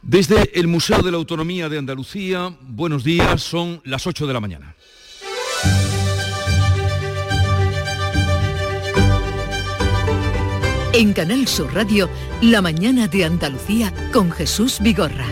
Desde el Museo de la Autonomía de Andalucía, buenos días, son las 8 de la mañana. En Canal Sur Radio, La mañana de Andalucía con Jesús Vigorra.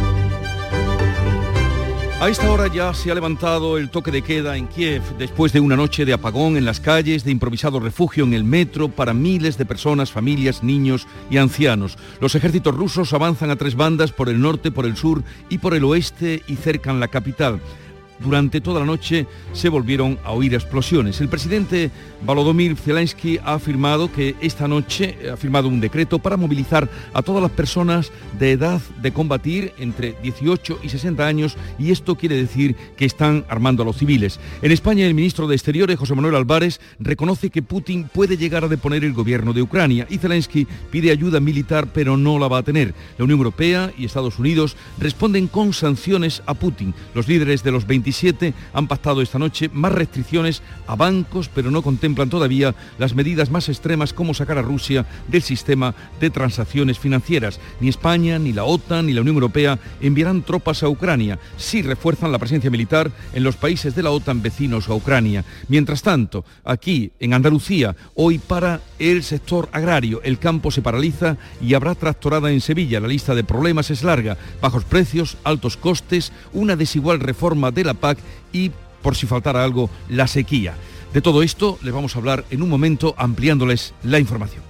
A esta hora ya se ha levantado el toque de queda en Kiev, después de una noche de apagón en las calles, de improvisado refugio en el metro para miles de personas, familias, niños y ancianos. Los ejércitos rusos avanzan a tres bandas por el norte, por el sur y por el oeste y cercan la capital. Durante toda la noche se volvieron a oír explosiones. El presidente Volodymyr Zelensky ha afirmado que esta noche ha firmado un decreto para movilizar a todas las personas de edad de combatir entre 18 y 60 años y esto quiere decir que están armando a los civiles. En España el ministro de Exteriores, José Manuel Álvarez, reconoce que Putin puede llegar a deponer el gobierno de Ucrania y Zelensky pide ayuda militar pero no la va a tener. La Unión Europea y Estados Unidos responden con sanciones a Putin. Los líderes de los 27 han pactado esta noche más restricciones a bancos, pero no contemplan todavía las medidas más extremas como sacar a Rusia del sistema de transacciones financieras. Ni España, ni la OTAN, ni la Unión Europea enviarán tropas a Ucrania. Sí refuerzan la presencia militar en los países de la OTAN vecinos a Ucrania. Mientras tanto, aquí en Andalucía, hoy para el sector agrario, el campo se paraliza y habrá tractorada en Sevilla. La lista de problemas es larga: bajos precios, altos costes, una desigual reforma de la PAC y, por si faltara algo, la sequía. De todo esto les vamos a hablar en un momento ampliándoles la información.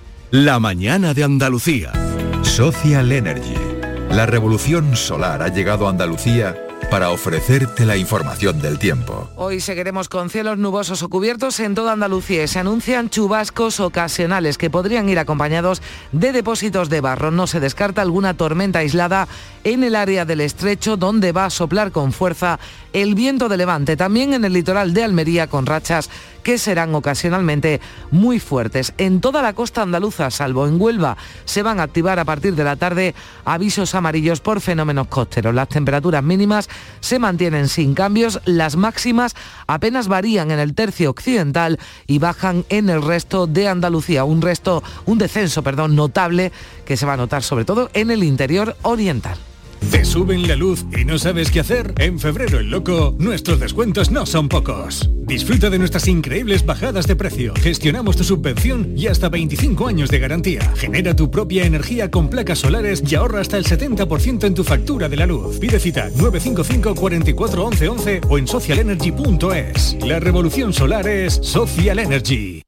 La mañana de Andalucía. Social Energy. La revolución solar ha llegado a Andalucía para ofrecerte la información del tiempo. Hoy seguiremos con cielos nubosos o cubiertos en toda Andalucía. Se anuncian chubascos ocasionales que podrían ir acompañados de depósitos de barro. No se descarta alguna tormenta aislada en el área del Estrecho, donde va a soplar con fuerza el viento de levante. También en el litoral de Almería, con rachas que serán ocasionalmente muy fuertes. En toda la costa andaluza, salvo en Huelva, se van a activar a partir de la tarde avisos amarillos por fenómenos costeros. Las temperaturas mínimas se mantienen sin cambios, las máximas apenas varían en el tercio occidental y bajan en el resto de Andalucía. Un descenso notable que se va a notar sobre todo en el interior oriental. ¿Te suben la luz y no sabes qué hacer? En Febrero el Loco, nuestros descuentos no son pocos. Disfruta de nuestras increíbles bajadas de precio. Gestionamos tu subvención y hasta 25 años de garantía. Genera tu propia energía con placas solares y ahorra hasta el 70% en tu factura de la luz. Pide cita 955 44 11 11 o en socialenergy.es. La revolución solar es Social Energy.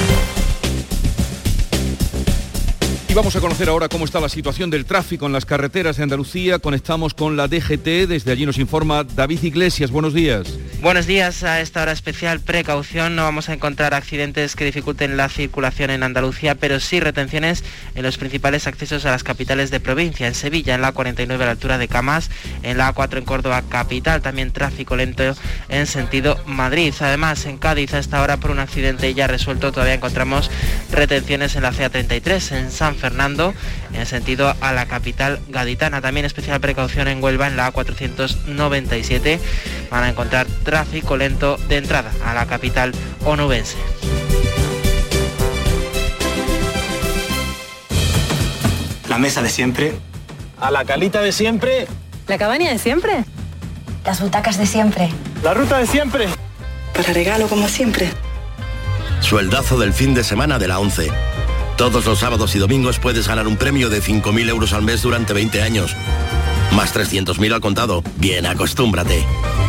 Vamos a conocer ahora cómo está la situación del tráfico en las carreteras de Andalucía. Conectamos con la DGT, desde allí nos informa David Iglesias. Buenos días. Buenos días. A esta hora especial precaución, no vamos a encontrar accidentes que dificulten la circulación en Andalucía, pero sí retenciones en los principales accesos a las capitales de provincia. En Sevilla, en la A49 a la altura de Camas, en la A4 en Córdoba capital, también tráfico lento en sentido Madrid. Además, en Cádiz a esta hora por un accidente ya resuelto todavía encontramos retenciones en la CA33, en San Fernando, en el sentido a la capital gaditana. También especial precaución en Huelva, en la A497, van a encontrar tráfico lento de entrada a la capital onubense. La mesa de siempre. A la calita de siempre. La cabaña de siempre. Las butacas de siempre. La ruta de siempre. Para regalo como siempre. Sueldazo del fin de semana de la 11. Todos los sábados y domingos puedes ganar un premio de 5.000 euros al mes durante 20 años. Más 300.000 al contado. Bien, acostúmbrate.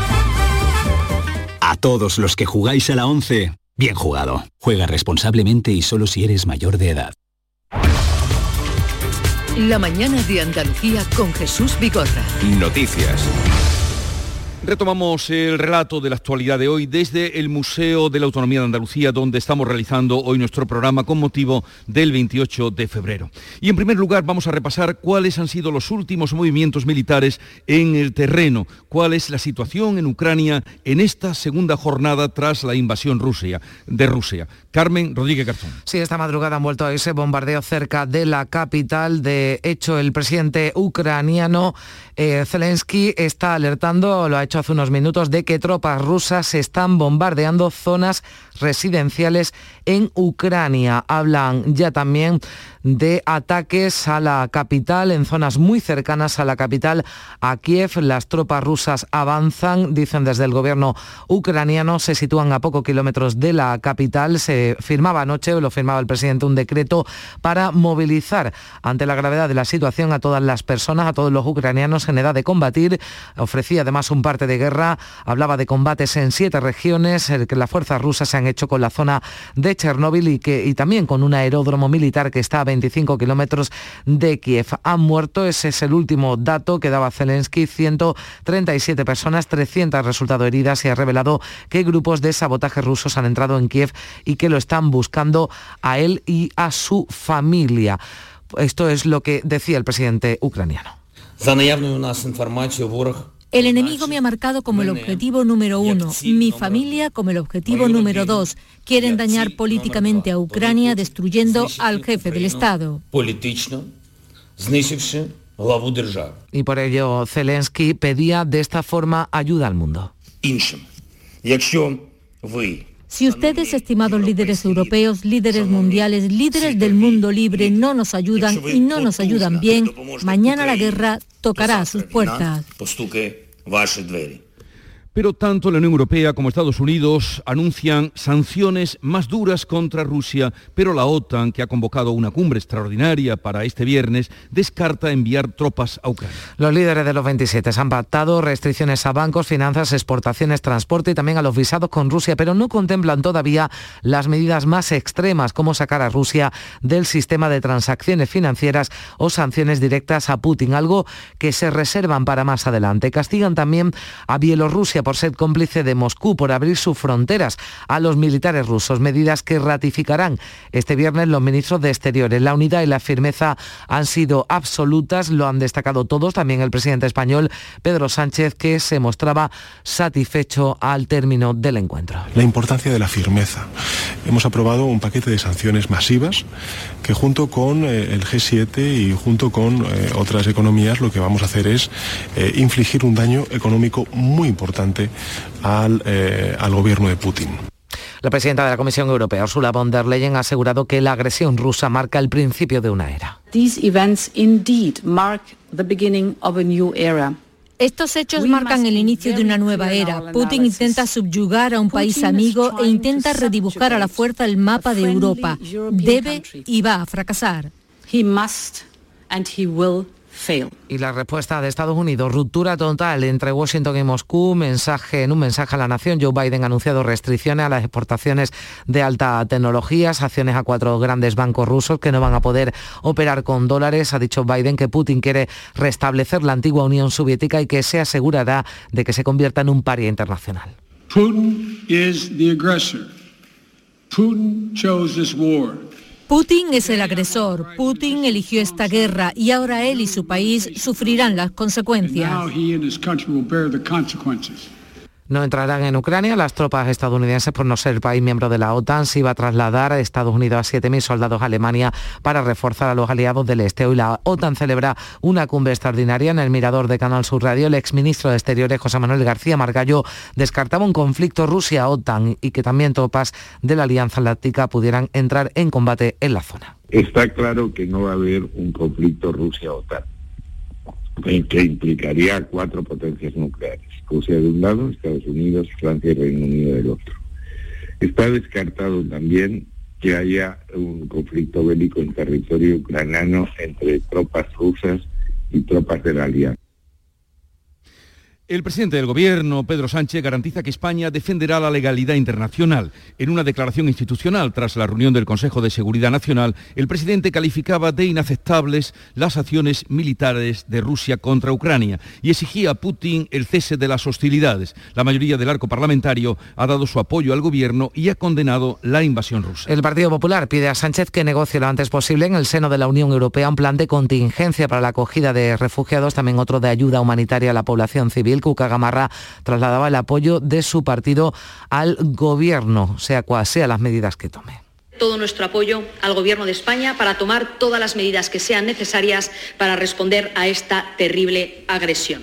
A todos los que jugáis a la 11, bien jugado. Juega responsablemente y solo si eres mayor de edad. La mañana de Andalucía con Jesús Vigorra. Noticias. Retomamos el relato de la actualidad de hoy desde el Museo de la Autonomía de Andalucía, donde estamos realizando hoy nuestro programa con motivo del 28 de febrero. Y en primer lugar vamos a repasar cuáles han sido los últimos movimientos militares en el terreno, cuál es la situación en Ucrania en esta segunda jornada tras la invasión de Rusia. Carmen Rodríguez Garzón. Sí, esta madrugada han vuelto a ese bombardeo cerca de la capital. De hecho, el presidente ucraniano Zelensky está alertando, lo ha hecho hace unos minutos, de que tropas rusas están bombardeando zonas residenciales en Ucrania. Hablan ya también de ataques a la capital, en zonas muy cercanas a la capital, a Kiev. Las tropas rusas avanzan, dicen desde el gobierno ucraniano, se sitúan a pocos kilómetros de la capital. Se firmaba anoche, lo firmaba el presidente, un decreto para movilizar ante la gravedad de la situación a todas las personas, a todos los ucranianos en edad de combatir. Ofrecía además un parte de guerra, hablaba de combates en 7 regiones, que las fuerzas rusas se han hecho con la zona de Chernóbil y también con un aeródromo militar que está a 25 kilómetros de Kiev. Han muerto, ese es el último dato que daba Zelensky, 137 personas, 300 resultado heridas, y ha revelado que grupos de sabotaje rusos han entrado en Kiev y que lo están buscando a él y a su familia. Esto es lo que decía el presidente ucraniano. El enemigo me ha marcado como el objetivo número 1, mi familia como el objetivo número 2. Quieren dañar políticamente a Ucrania destruyendo al jefe del Estado. Y por ello Zelensky pedía de esta forma ayuda al mundo. Si ustedes, estimados líderes europeos, líderes mundiales, líderes del mundo libre, no nos ayudan y no nos ayudan bien, mañana la guerra tocará a sus puertas. Pero tanto la Unión Europea como Estados Unidos anuncian sanciones más duras contra Rusia, pero la OTAN, que ha convocado una cumbre extraordinaria para este viernes, descarta enviar tropas a Ucrania. Los líderes de los 27 han pactado restricciones a bancos, finanzas, exportaciones, transporte y también a los visados con Rusia, pero no contemplan todavía las medidas más extremas, como sacar a Rusia del sistema de transacciones financieras o sanciones directas a Putin, algo que se reservan para más adelante. Castigan también a Bielorrusia por ser cómplice de Moscú, por abrir sus fronteras a los militares rusos, medidas que ratificarán este viernes los ministros de Exteriores. La unidad y la firmeza han sido absolutas, lo han destacado todos, también el presidente español Pedro Sánchez, que se mostraba satisfecho al término del encuentro. La importancia de la firmeza. Hemos aprobado un paquete de sanciones masivas que junto con el G7 y junto con otras economías lo que vamos a hacer es infligir un daño económico muy importante al gobierno de Putin. La presidenta de la Comisión Europea, Ursula von der Leyen, ha asegurado que la agresión rusa marca el principio de una era. These events indeed mark the beginning of a new era. Estos hechos marcan el inicio de una nueva era. Putin intenta subyugar a un país amigo e intenta redibujar a la fuerza el mapa de Europa. Debe y va a fracasar. He must and he will fail. Y la respuesta de Estados Unidos, ruptura total entre Washington y Moscú. En un mensaje a la nación, Joe Biden ha anunciado restricciones a las exportaciones de alta tecnología, sanciones a 4 grandes bancos rusos que no van a poder operar con dólares. Ha dicho Biden que Putin quiere restablecer la antigua Unión Soviética y que se asegurará de que se convierta en un paria internacional. Putin is the aggressor. Putin chose this war. Putin es el agresor, Putin eligió esta guerra y ahora él y su país sufrirán las consecuencias. No entrarán en Ucrania las tropas estadounidenses por no ser país miembro de la OTAN. Se iba a trasladar a Estados Unidos a 7.000 soldados a Alemania para reforzar a los aliados del este. Hoy la OTAN celebra una cumbre extraordinaria en el Mirador de Canal Sur Radio. El exministro de Exteriores, José Manuel García Margallo, descartaba un conflicto Rusia-OTAN y que también tropas de la Alianza Atlántica pudieran entrar en combate en la zona. Está claro que no va a haber un conflicto Rusia-OTAN, que implicaría 4 potencias nucleares. Rusia de un lado, Estados Unidos, Francia y Reino Unido del otro. Está descartado también que haya un conflicto bélico en territorio ucraniano entre tropas rusas y tropas de la Alianza. El presidente del Gobierno, Pedro Sánchez, garantiza que España defenderá la legalidad internacional. En una declaración institucional tras la reunión del Consejo de Seguridad Nacional, el presidente calificaba de inaceptables las acciones militares de Rusia contra Ucrania y exigía a Putin el cese de las hostilidades. La mayoría del arco parlamentario ha dado su apoyo al Gobierno y ha condenado la invasión rusa. El Partido Popular pide a Sánchez que negocie lo antes posible en el seno de la Unión Europea un plan de contingencia para la acogida de refugiados, también otro de ayuda humanitaria a la población civil. Cuca Gamarra trasladaba el apoyo de su partido al Gobierno, sea cual sea las medidas que tome. Todo nuestro apoyo al Gobierno de España para tomar todas las medidas que sean necesarias para responder a esta terrible agresión.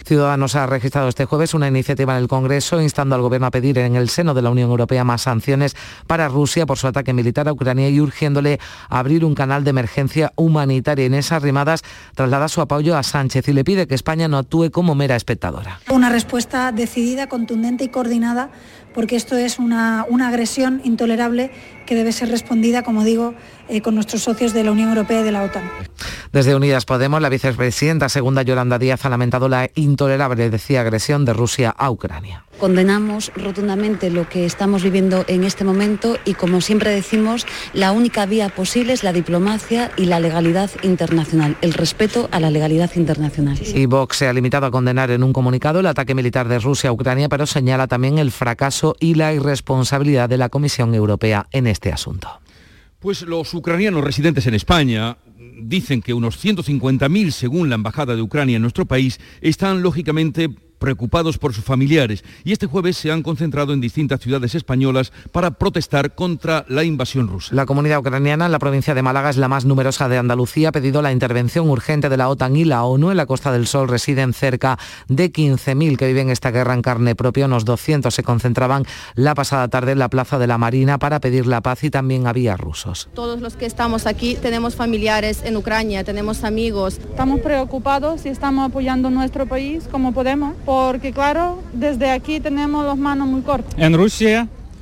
Ciudadanos ha registrado este jueves una iniciativa en el Congreso instando al Gobierno a pedir en el seno de la Unión Europea más sanciones para Rusia por su ataque militar a Ucrania y urgiéndole a abrir un canal de emergencia humanitaria. Inés Arrimadas traslada su apoyo a Sánchez y le pide que España no actúe como mera espectadora. Una respuesta decidida, contundente y coordinada, porque esto es una agresión intolerable que debe ser respondida, como digo, con nuestros socios de la Unión Europea y de la OTAN. Desde Unidas Podemos, la vicepresidenta segunda Yolanda Díaz ha lamentado la intolerable, decía, agresión de Rusia a Ucrania. Condenamos rotundamente lo que estamos viviendo en este momento y, como siempre decimos, la única vía posible es la diplomacia y la legalidad internacional, el respeto a la legalidad internacional. Y Vox se ha limitado a condenar en un comunicado el ataque militar de Rusia a Ucrania, pero señala también el fracaso y la irresponsabilidad de la Comisión Europea en este asunto. Pues los ucranianos residentes en España dicen que unos 150.000, según la Embajada de Ucrania en nuestro país, están lógicamente preocupados por sus familiares y este jueves se han concentrado en distintas ciudades españolas para protestar contra la invasión rusa. La comunidad ucraniana en la provincia de Málaga es la más numerosa de Andalucía. Ha pedido la intervención urgente de la OTAN y la ONU. En la Costa del Sol residen cerca de 15.000 que viven esta guerra en carne propia. Unos 200 se concentraban la pasada tarde en la Plaza de la Marina para pedir la paz y también había rusos. Todos los que estamos aquí tenemos familiares en Ucrania, tenemos amigos. Estamos preocupados y estamos apoyando nuestro país como podemos, porque claro, desde aquí tenemos las manos muy cortas. En Rusia,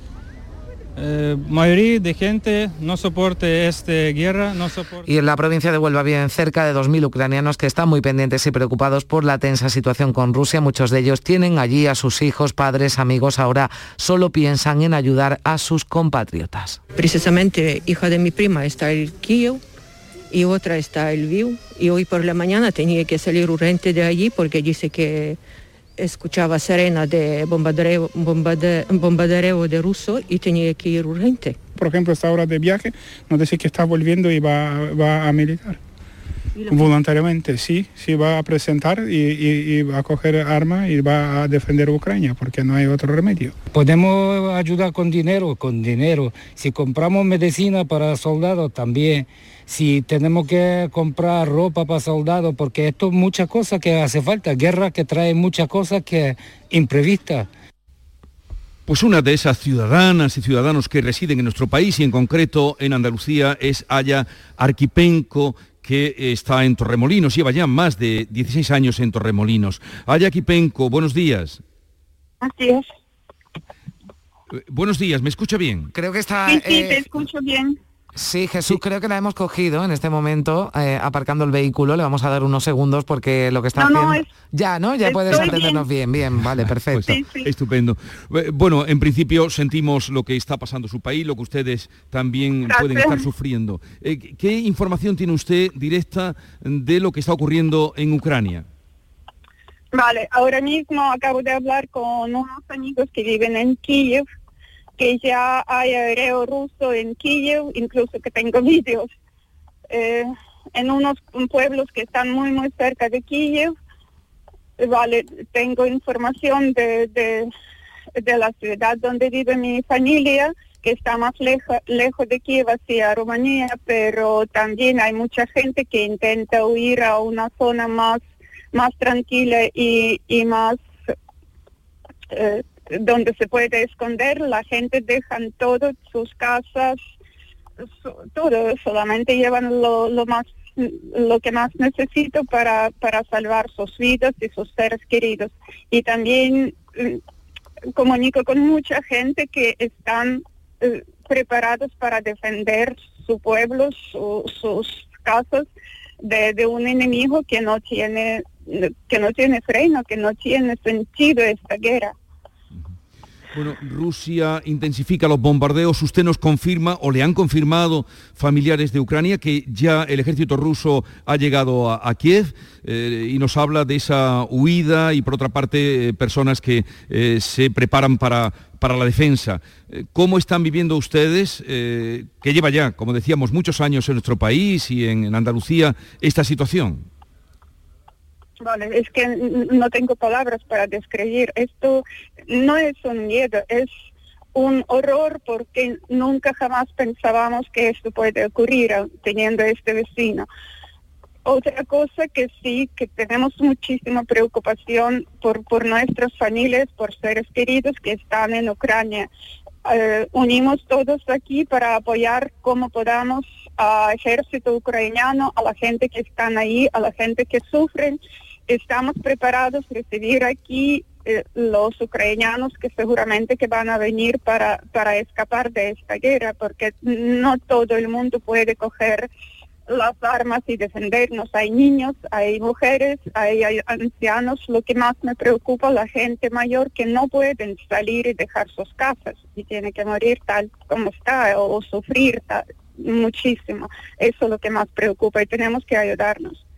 mayoría de gente no soporta esta guerra. Y en la provincia de Huelva viven cerca de 2.000 ucranianos que están muy pendientes y preocupados por la tensa situación con Rusia. Muchos de ellos tienen allí a sus hijos, padres, amigos. Ahora solo piensan en ayudar a sus compatriotas. Precisamente, hija de mi prima está en Kiev y otra está en Lviv. Y hoy por la mañana tenía que salir urgente de allí porque dice que escuchaba sirena de bombardeo de ruso y tenía que ir urgente. Por ejemplo, esta hora de viaje nos dice que está volviendo y va a militar. Voluntariamente, sí, va a presentar y va a coger armas y va a defender Ucrania porque no hay otro remedio. Podemos ayudar con dinero. Si compramos medicina para soldados también. Si tenemos que comprar ropa para soldados, porque esto es muchas cosas que hace falta, guerra que trae muchas cosas que imprevistas. Pues una de esas ciudadanas y ciudadanos que residen en nuestro país y en concreto en Andalucía es Aya Arquipenco, que está en Torremolinos, lleva ya más de 16 años en Torremolinos. Aya Arquipenco, buenos días. Así es. Buenos días, ¿me escucha bien? Creo que está... Sí, te escucho bien. Sí, Jesús, creo que la hemos cogido en este momento, aparcando el vehículo. Le vamos a dar unos segundos porque lo que está haciendo... Ya puedes atendernos bien, vale, perfecto. Pues, estupendo. Bueno, en principio sentimos lo que está pasando en su país, lo que ustedes también pueden estar sufriendo. ¿Qué información tiene usted directa de lo que está ocurriendo en Ucrania? Vale, ahora mismo acabo de hablar con unos amigos que viven en Kiev, que ya hay aéreo ruso en Kiev, incluso que tengo vídeos en unos pueblos que están muy cerca de Kiev. Vale, tengo información de la ciudad donde vive mi familia, que está más lejos de Kiev hacia Rumanía, pero también hay mucha gente que intenta huir a una zona más tranquila y más... donde se puede esconder. La gente dejan todo, sus casas, todo, solamente llevan lo que más necesito para salvar sus vidas y sus seres queridos. Y también comunico con mucha gente que están preparados para defender su pueblo, sus casas de un enemigo que no tiene freno, que no tiene sentido esta guerra. Bueno, Rusia intensifica los bombardeos. ¿Usted nos confirma o le han confirmado familiares de Ucrania que ya el ejército ruso ha llegado a Kiev y nos habla de esa huida y por otra parte personas que se preparan para la defensa? ¿Cómo están viviendo ustedes, que lleva ya, como decíamos, muchos años en nuestro país y en Andalucía, esta situación? Vale, es que no tengo palabras para describir. Esto no es un miedo, es un horror porque nunca jamás pensábamos que esto puede ocurrir teniendo este vecino. Otra cosa que sí, que tenemos muchísima preocupación por nuestras familias, por seres queridos que están en Ucrania. Unimos todos aquí para apoyar como podamos al ejército ucraniano, a la gente que están ahí, a la gente que sufren. Estamos preparados a recibir aquí los ucranianos que seguramente que van a venir para escapar de esta guerra, porque no todo el mundo puede coger las armas y defendernos. Hay niños, hay mujeres, hay ancianos. Lo que más me preocupa, la gente mayor que no pueden salir y dejar sus casas y tiene que morir tal como está o sufrir muchísimo. Eso es lo que más preocupa y tenemos que ayudarnos.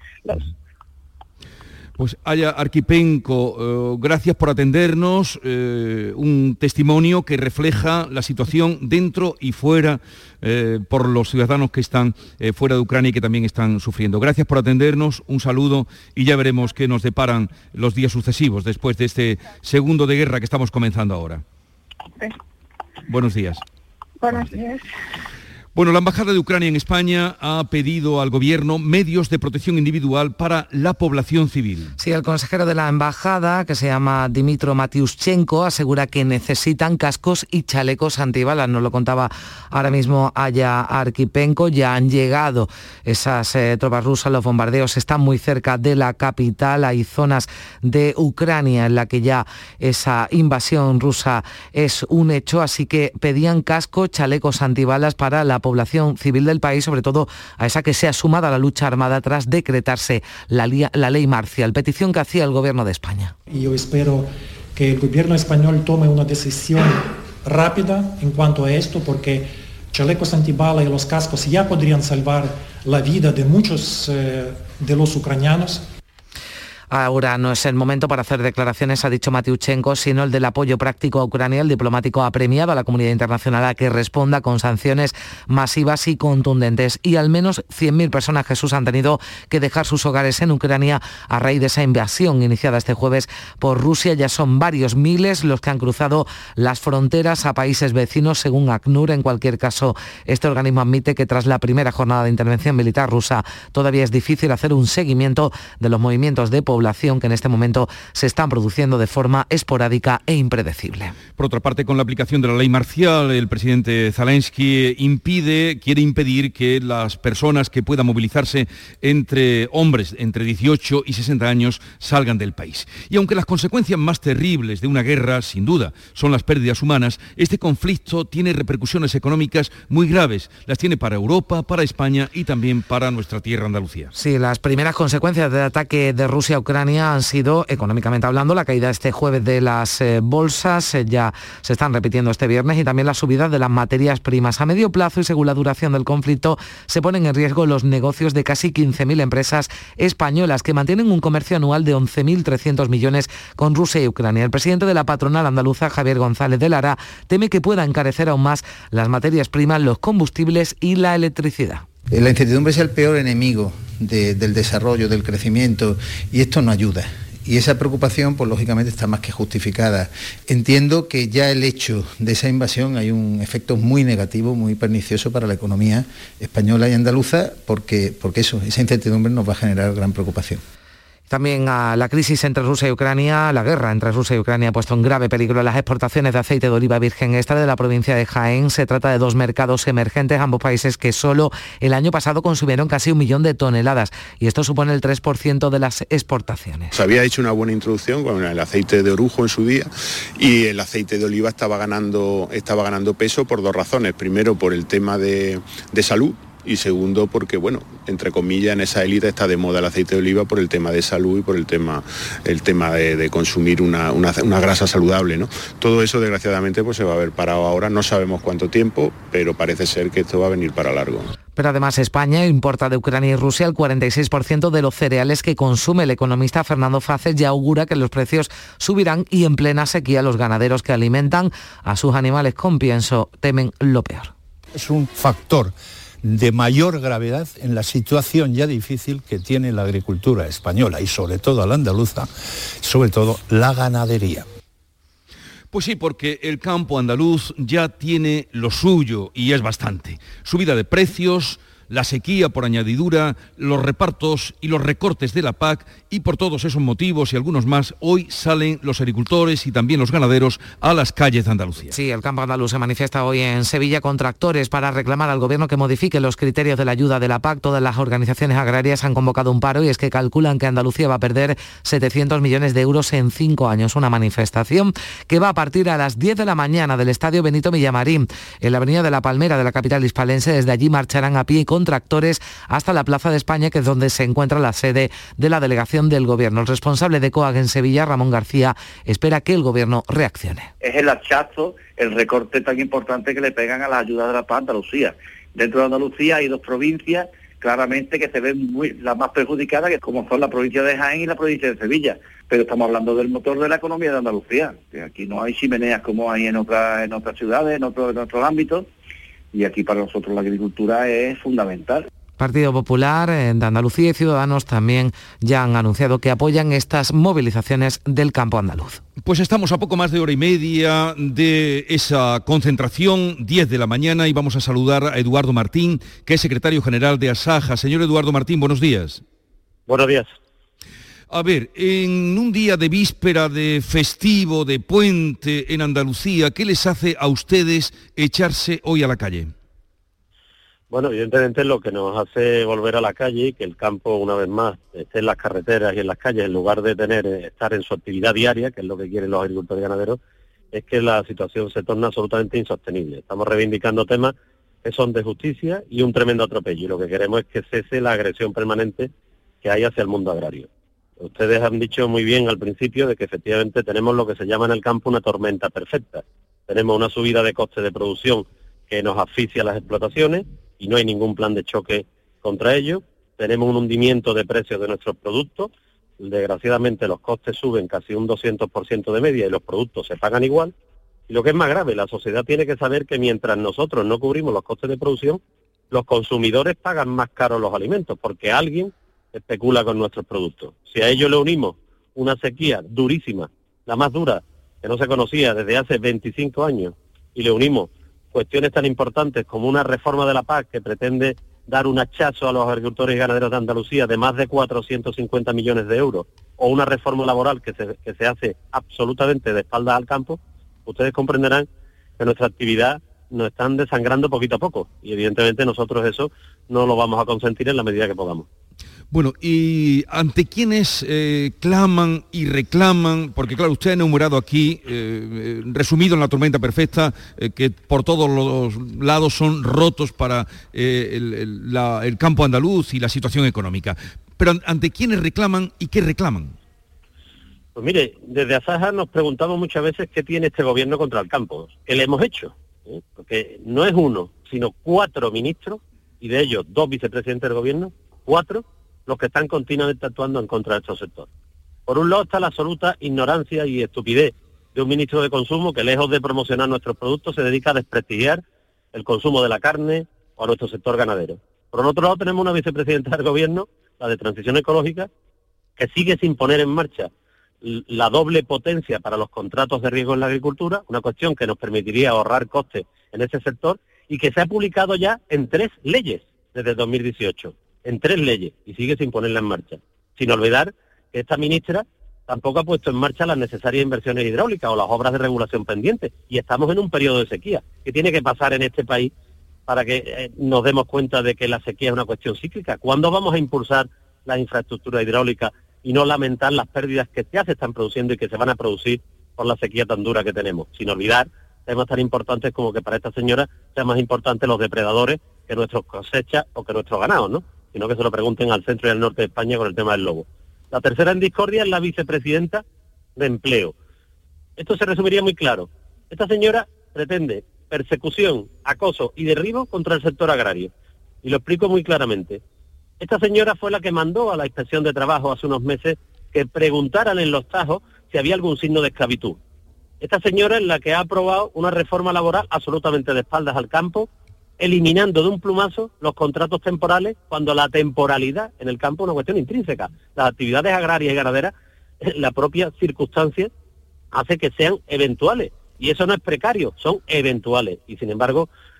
Pues Aya Archipenko, gracias por atendernos, un testimonio que refleja la situación dentro y fuera por los ciudadanos que están fuera de Ucrania y que también están sufriendo. Gracias por atendernos, un saludo y ya veremos qué nos deparan los días sucesivos después de este segundo de guerra que estamos comenzando ahora. Sí. Buenos días. Buenos días. Bueno, la Embajada de Ucrania en España ha pedido al Gobierno medios de protección individual para la población civil. Sí, el consejero de la Embajada, que se llama Dmytro Matiushchenko, asegura que necesitan cascos y chalecos antibalas. Nos lo contaba ahora mismo Aya Archipenko. Ya han llegado esas tropas rusas, los bombardeos están muy cerca de la capital. Hay zonas de Ucrania en la que ya esa invasión rusa es un hecho, así que pedían cascos, chalecos antibalas para la población civil del país, sobre todo a esa que se ha sumado a la lucha armada tras decretarse la ley marcial, petición que hacía el Gobierno de España. Y yo espero que el Gobierno español tome una decisión rápida en cuanto a esto, porque chalecos antibalas y los cascos ya podrían salvar la vida de muchos de los ucranianos. Ahora no es el momento para hacer declaraciones, ha dicho Matiushchenko, sino el del apoyo práctico a Ucrania. El diplomático ha premiado a la comunidad internacional a que responda con sanciones masivas y contundentes. Y al menos 100.000 personas, Jesús, han tenido que dejar sus hogares en Ucrania a raíz de esa invasión iniciada este jueves por Rusia. Ya son varios miles los que han cruzado las fronteras a países vecinos, según ACNUR. En cualquier caso, este organismo admite que tras la primera jornada de intervención militar rusa todavía es difícil hacer un seguimiento de los movimientos de población que en este momento se están produciendo de forma esporádica e impredecible. Por otra parte, con la aplicación de la ley marcial, el presidente Zelensky quiere impedir que las personas que puedan movilizarse entre hombres entre 18 y 60 años salgan del país. Y aunque las consecuencias más terribles de una guerra, sin duda, son las pérdidas humanas, este conflicto tiene repercusiones económicas muy graves. Las tiene para Europa, para España y también para nuestra tierra Andalucía. Sí, las primeras consecuencias del ataque de Rusia a Ucrania han sido, económicamente hablando, la caída este jueves de las bolsas, ya se están repitiendo este viernes, y también la subida de las materias primas. A medio plazo y según la duración del conflicto, se ponen en riesgo los negocios de casi 15.000 empresas españolas que mantienen un comercio anual de 11.300 millones con Rusia y Ucrania. El presidente de la patronal andaluza, Javier González de Lara, teme que pueda encarecer aún más las materias primas, los combustibles y la electricidad. La incertidumbre es el peor enemigo del desarrollo, del crecimiento, y esto no ayuda. Y esa preocupación, pues lógicamente está más que justificada. Entiendo que ya el hecho de esa invasión hay un efecto muy negativo, muy pernicioso para la economía española y andaluza, porque esa incertidumbre nos va a generar gran preocupación. También a la crisis entre Rusia y Ucrania, la guerra entre Rusia y Ucrania ha puesto en grave peligro las exportaciones de aceite de oliva virgen extra de la provincia de Jaén. Se trata de dos mercados emergentes, ambos países que solo el año pasado consumieron casi 1 millón de toneladas, y esto supone el 3% de las exportaciones. Se había hecho una buena introducción con el aceite de orujo en su día, y el aceite de oliva estaba ganando peso por dos razones. Primero, por el tema de salud. Y segundo, porque, bueno, entre comillas, en esa élite está de moda el aceite de oliva por el tema de salud y por el tema de consumir una grasa saludable, ¿no? Todo eso, desgraciadamente, pues se va a ver parado ahora. No sabemos cuánto tiempo, pero parece ser que esto va a venir para largo. Pero además España importa de Ucrania y Rusia el 46% de los cereales que consume. El economista Fernando Faces ya augura que los precios subirán, y en plena sequía los ganaderos que alimentan a sus animales con pienso temen lo peor. Es un factor de mayor gravedad en la situación ya difícil que tiene la agricultura española y sobre todo la andaluza, sobre todo la ganadería. Pues sí, porque el campo andaluz ya tiene lo suyo y es bastante. Subida de precios, la sequía por añadidura, los repartos y los recortes de la PAC, y por todos esos motivos y algunos más, hoy salen los agricultores y también los ganaderos a las calles de Andalucía. Sí, el campo andaluz se manifiesta hoy en Sevilla con tractores para reclamar al Gobierno que modifique los criterios de la ayuda de la PAC. Todas las organizaciones agrarias han convocado un paro y es que calculan que Andalucía va a perder 700 millones de euros en 5 años. Una manifestación que va a partir a las 10 de la mañana del Estadio Benito Villamarín, en la avenida de la Palmera de la capital hispalense. Desde allí marcharán a pie y con tractores hasta la Plaza de España, que es donde se encuentra la sede de la delegación del Gobierno. El responsable de COAG en Sevilla, Ramón García, espera que el Gobierno reaccione. Es el hachazo, el recorte tan importante que le pegan a las ayudas de la PAC a Andalucía. Dentro de Andalucía hay 2 provincias claramente que se ven las más perjudicadas, que como son la provincia de Jaén y la provincia de Sevilla. Pero estamos hablando del motor de la economía de Andalucía, que aquí no hay chimeneas como hay en otras ciudades, en otros ámbitos, y aquí para nosotros la agricultura es fundamental. Partido Popular de Andalucía y Ciudadanos también ya han anunciado que apoyan estas movilizaciones del campo andaluz. Pues estamos a poco más de hora y media de esa concentración, 10 de la mañana, y vamos a saludar a Eduardo Martín, que es secretario general de Asaja. Señor Eduardo Martín, buenos días. Buenos días. A ver, en un día de víspera, de festivo, de puente en Andalucía, ¿qué les hace a ustedes echarse hoy a la calle? Bueno, evidentemente lo que nos hace volver a la calle, que el campo una vez más esté en las carreteras y en las calles, en lugar de estar en su actividad diaria, que es lo que quieren los agricultores y ganaderos, es que la situación se torna absolutamente insostenible. Estamos reivindicando temas que son de justicia y un tremendo atropello, y lo que queremos es que cese la agresión permanente que hay hacia el mundo agrario. Ustedes han dicho muy bien al principio de que efectivamente tenemos lo que se llama en el campo una tormenta perfecta. Tenemos una subida de costes de producción que nos asfixia las explotaciones y no hay ningún plan de choque contra ello. Tenemos un hundimiento de precios de nuestros productos. Desgraciadamente los costes suben casi un 200% de media y los productos se pagan igual. Y lo que es más grave, la sociedad tiene que saber que mientras nosotros no cubrimos los costes de producción, los consumidores pagan más caros los alimentos porque alguien especula con nuestros productos. Si a ello le unimos una sequía durísima, la más dura que no se conocía desde hace 25 años, y le unimos cuestiones tan importantes como una reforma de la PAC que pretende dar un hachazo a los agricultores y ganaderos de Andalucía de más de 450 millones de euros, o una reforma laboral que se hace absolutamente de espaldas al campo, ustedes comprenderán que nuestra actividad nos están desangrando poquito a poco, y evidentemente nosotros eso no lo vamos a consentir en la medida que podamos. Bueno, ¿y ante quiénes claman y reclaman? Porque claro, usted ha enumerado aquí, resumido en la tormenta perfecta, que por todos los lados son rotos para el campo andaluz y la situación económica. Pero ¿ante quiénes reclaman y qué reclaman? Pues mire, desde Asaja nos preguntamos muchas veces qué tiene este gobierno contra el campo. ¿Qué le hemos hecho? Porque no es uno, sino 4 ministros, y de ellos 2 vicepresidentes del gobierno, 4, los que están continuamente actuando en contra de estos sectores. Por un lado está la absoluta ignorancia y estupidez de un ministro de Consumo que, lejos de promocionar nuestros productos, se dedica a desprestigiar el consumo de la carne o a nuestro sector ganadero. Por otro lado tenemos una vicepresidenta del gobierno, la de Transición Ecológica, que sigue sin poner en marcha la doble potencia para los contratos de riesgo en la agricultura, una cuestión que nos permitiría ahorrar costes en ese sector, y que se ha publicado ya en 3 leyes desde 2018. En 3 leyes, y sigue sin ponerla en marcha. Sin olvidar que esta ministra tampoco ha puesto en marcha las necesarias inversiones hidráulicas o las obras de regulación pendientes, y estamos en un periodo de sequía. ¿Qué tiene que pasar en este país para que nos demos cuenta de que la sequía es una cuestión cíclica? ¿Cuándo vamos a impulsar las infraestructuras hidráulicas y no lamentar las pérdidas que ya se están produciendo y que se van a producir por la sequía tan dura que tenemos? Sin olvidar temas tan importantes como que para esta señora sean más importantes los depredadores que nuestras cosechas o que nuestros ganados, ¿no? Sino que se lo pregunten al centro y al norte de España con el tema del lobo. La tercera en discordia es la vicepresidenta de Empleo. Esto se resumiría muy claro. Esta señora pretende persecución, acoso y derribo contra el sector agrario. Y lo explico muy claramente. Esta señora fue la que mandó a la Inspección de Trabajo hace unos meses que preguntaran en los tajos si había algún signo de esclavitud. Esta señora es la que ha aprobado una reforma laboral absolutamente de espaldas al campo, eliminando de un plumazo los contratos temporales, cuando la temporalidad en el campo es una cuestión intrínseca. Las actividades agrarias y ganaderas, la propia circunstancia hace que sean eventuales, y eso no es precario, son eventuales. Y sin embargo,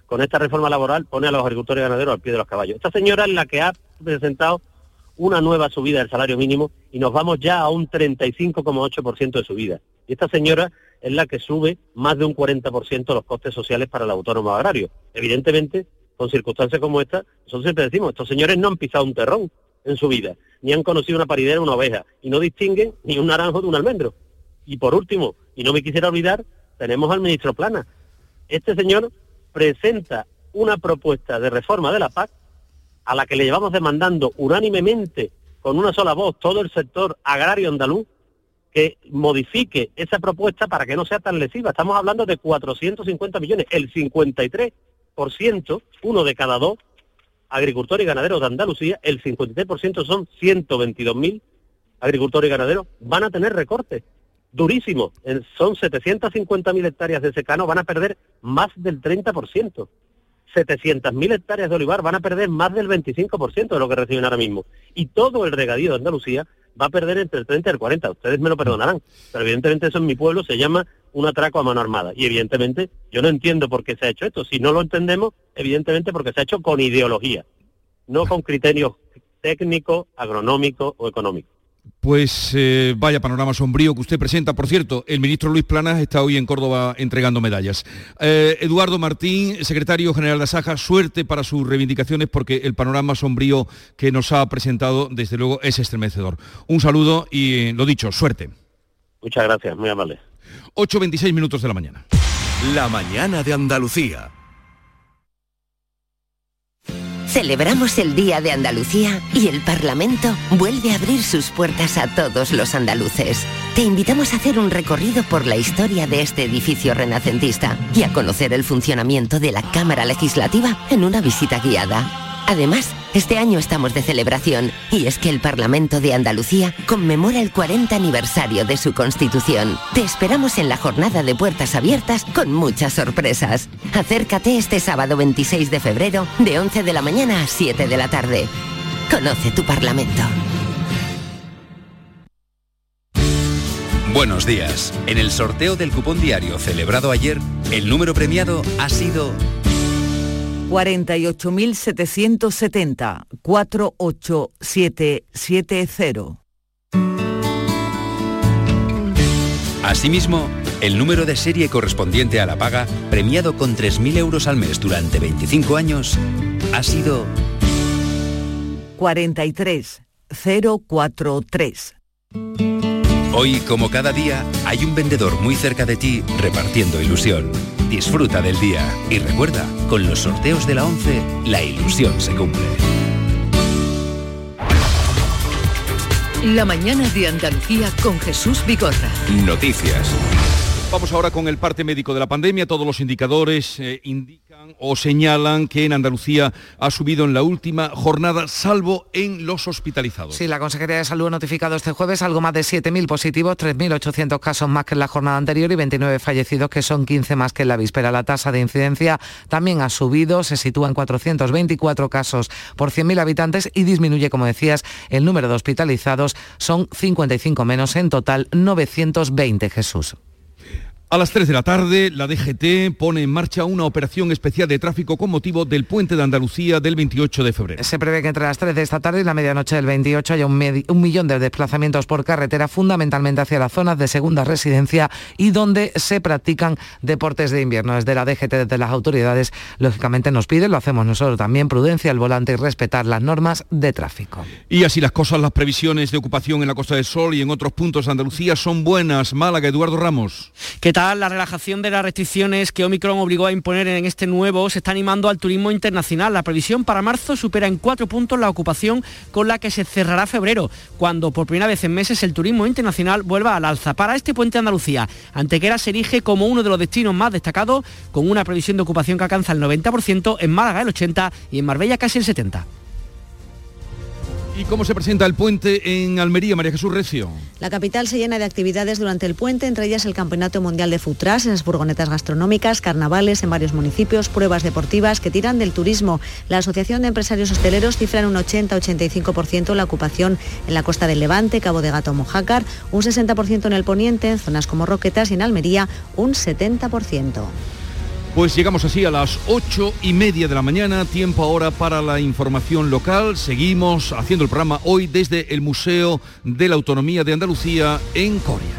con esta reforma laboral pone a los agricultores y ganaderos al pie de los caballos. Esta señora es la que ha presentado una nueva subida del salario mínimo y nos vamos ya a un 35,8% de subida. Y esta señora es la que sube más de un 40% los costes sociales para el autónomo agrario. Evidentemente, con circunstancias como esta, nosotros siempre decimos, estos señores no han pisado un terrón en su vida, ni han conocido una paridera o una oveja, y no distinguen ni un naranjo de un almendro. Y por último, y no me quisiera olvidar, tenemos al ministro Planas. Este señor presenta una propuesta de reforma de la PAC a la que le llevamos demandando unánimemente, con una sola voz, todo el sector agrario andaluz, que modifique esa propuesta para que no sea tan lesiva. Estamos hablando de 450 millones, el 53%, uno de cada dos agricultores y ganaderos de Andalucía, el 53% son 122.000 agricultores y ganaderos, van a tener recortes durísimos. Son 750.000 hectáreas de secano, van a perder más del 30%. 700.000 hectáreas de olivar van a perder más del 25% de lo que reciben ahora mismo. Y todo el regadío de Andalucía va a perder entre el 30 y el 40. Ustedes me lo perdonarán, pero evidentemente eso en mi pueblo se llama un atraco a mano armada. Y evidentemente yo no entiendo por qué se ha hecho esto. Si no lo entendemos, evidentemente porque se ha hecho con ideología, no con criterios técnicos, agronómicos o económicos. Pues vaya panorama sombrío que usted presenta. Por cierto, el ministro Luis Planas está hoy en Córdoba entregando medallas. Eduardo Martín, secretario general de Asaja, suerte para sus reivindicaciones porque el panorama sombrío que nos ha presentado, desde luego, es estremecedor. Un saludo y, lo dicho, suerte. Muchas gracias, muy amable. 8:26 minutos de la mañana. La mañana de Andalucía. Celebramos el Día de Andalucía y el Parlamento vuelve a abrir sus puertas a todos los andaluces. Te invitamos a hacer un recorrido por la historia de este edificio renacentista y a conocer el funcionamiento de la Cámara Legislativa en una visita guiada. Además, este año estamos de celebración y es que el Parlamento de Andalucía conmemora el 40 aniversario de su Constitución. Te esperamos en la jornada de puertas abiertas con muchas sorpresas. Acércate este sábado 26 de febrero de 11 de la mañana a 7 de la tarde. Conoce tu Parlamento. Buenos días. En el sorteo del cupón diario celebrado ayer, el número premiado ha sido 48.770 48770. Asimismo, el número de serie correspondiente a la paga, premiado con 3.000 euros al mes durante 25 años, ha sido 43043. Hoy, como cada día, hay un vendedor muy cerca de ti repartiendo ilusión. Disfruta del día y recuerda, con los sorteos de la 11, la ilusión se cumple. La mañana de Andalucía con Jesús Vigorra. Noticias. Vamos ahora con el parte médico de la pandemia. Todos los indicadores indican o señalan que en Andalucía ha subido en la última jornada, salvo en los hospitalizados. Sí, la Consejería de Salud ha notificado este jueves algo más de 7.000 positivos, 3.800 casos más que en la jornada anterior y 29 fallecidos, que son 15 más que en la víspera. La tasa de incidencia también ha subido, se sitúa en 424 casos por 100.000 habitantes y disminuye, como decías, el número de hospitalizados. Son 55 menos, en total 920, Jesús. A las 3 de la tarde, la DGT pone en marcha una operación especial de tráfico con motivo del Puente de Andalucía del 28 de febrero. Se prevé que entre las 3 de esta tarde y la medianoche del 28 haya un millón de desplazamientos por carretera, fundamentalmente hacia las zonas de segunda residencia y donde se practican deportes de invierno. Desde la DGT, desde las autoridades, lógicamente nos piden, lo hacemos nosotros también, prudencia al volante y respetar las normas de tráfico. Y así las cosas, las previsiones de ocupación en la Costa del Sol y en otros puntos de Andalucía son buenas. Málaga, Eduardo Ramos. ¿Qué tal? La relajación de las restricciones que Omicron obligó a imponer en este nuevo se está animando al turismo internacional. La previsión para marzo supera en 4 puntos la ocupación con la que se cerrará febrero, cuando por primera vez en meses el turismo internacional vuelva al alza. Para este puente de Andalucía, Antequera se erige como uno de los destinos más destacados, con una previsión de ocupación que alcanza el 90%, en Málaga el 80% y en Marbella casi el 70%. ¿Y cómo se presenta el puente en Almería, María Jesús Recio? La capital se llena de actividades durante el puente, entre ellas el Campeonato Mundial de Food Trucks, en las furgonetas gastronómicas, carnavales en varios municipios, pruebas deportivas que tiran del turismo. La Asociación de Empresarios Hosteleros cifra en un 80-85% la ocupación en la costa del Levante, Cabo de Gata o Mojácar, un 60% en el poniente, en zonas como Roquetas, y en Almería un 70%. Pues llegamos así a las 8:30 de la mañana, tiempo ahora para la información local. Seguimos haciendo el programa hoy desde el Museo de la Autonomía de Andalucía en Coria.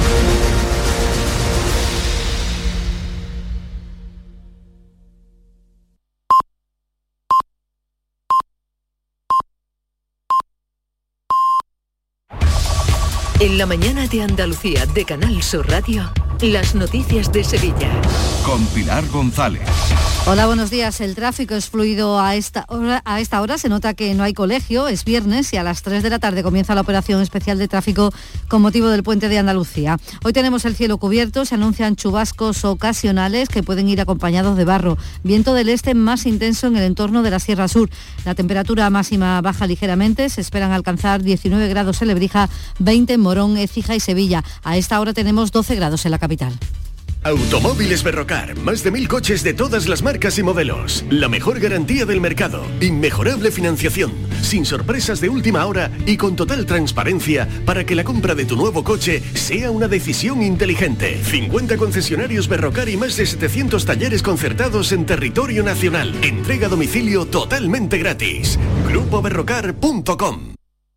En la mañana de Andalucía de Canal Sur Radio, las noticias de Sevilla. Con Pilar González. Hola, buenos días. El tráfico es fluido a esta hora. Se nota que no hay colegio, es viernes y a las 3 de la tarde comienza la operación especial de tráfico con motivo del puente de Andalucía. Hoy tenemos el cielo cubierto, se anuncian chubascos ocasionales que pueden ir acompañados de barro. Viento del este más intenso en el entorno de la Sierra Sur. La temperatura máxima baja ligeramente, se esperan alcanzar 19 grados en Lebrija, 20 en Morón, Écija y Sevilla. A esta hora tenemos 12 grados en la capital. Automóviles Berrocar, más de 1000 coches de todas las marcas y modelos. La mejor garantía del mercado, inmejorable financiación, sin sorpresas de última hora y con total transparencia para que la compra de tu nuevo coche sea una decisión inteligente. 50 concesionarios Berrocar y más de 700 talleres concertados en territorio nacional. Entrega a domicilio totalmente gratis. GrupoBerrocar.com.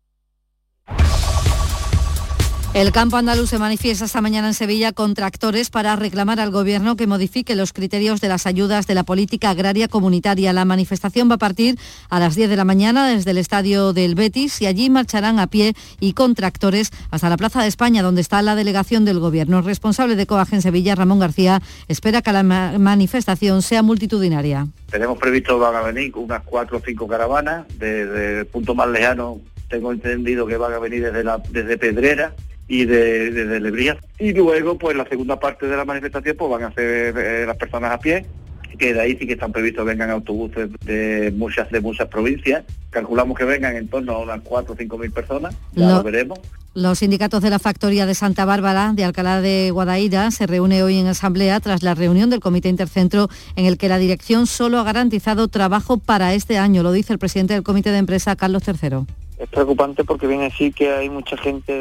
El campo andaluz se manifiesta esta mañana en Sevilla con tractores para reclamar al Gobierno que modifique los criterios de las ayudas de la política agraria comunitaria. La manifestación va a partir a las 10 de la mañana desde el estadio del Betis y allí marcharán a pie y con tractores hasta la Plaza de España, donde está la delegación del Gobierno. El responsable de COAG en Sevilla, Ramón García, espera que la manifestación sea multitudinaria. Tenemos previsto van a venir unas 4 o 5 caravanas, desde el punto más lejano tengo entendido que van a venir desde Pedrera y desde Lebrija, y luego pues la segunda parte de la manifestación pues van a ser las personas a pie, que de ahí sí que están previstos vengan autobuses de muchas provincias. Calculamos que vengan en torno a unas 4 o 5 mil personas, lo veremos. Los sindicatos de la factoría de Santa Bárbara de Alcalá de Guadaira se reúne hoy en asamblea tras la reunión del Comité Intercentro en el que la dirección solo ha garantizado trabajo para este año, lo dice el presidente del Comité de Empresa, Carlos III. Es preocupante porque viene a decir que hay mucha gente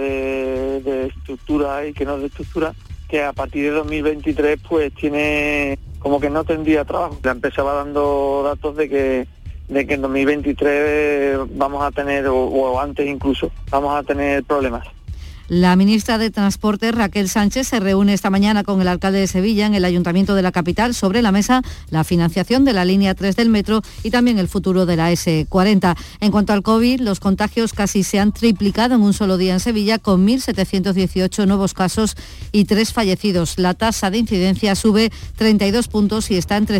de estructura y que no es de estructura, que a partir de 2023 pues tiene como que no tendría trabajo. La empresa va dando datos de que en 2023 vamos a tener, o antes incluso, vamos a tener problemas. La ministra de Transporte, Raquel Sánchez, se reúne esta mañana con el alcalde de Sevilla en el Ayuntamiento de la capital. Sobre la mesa la financiación de la línea 3 del metro y también el futuro de la S40. En cuanto al COVID, los contagios casi se han triplicado en un solo día en Sevilla, con 1.718 nuevos casos y 3 fallecidos. La tasa de incidencia sube 32 puntos y está en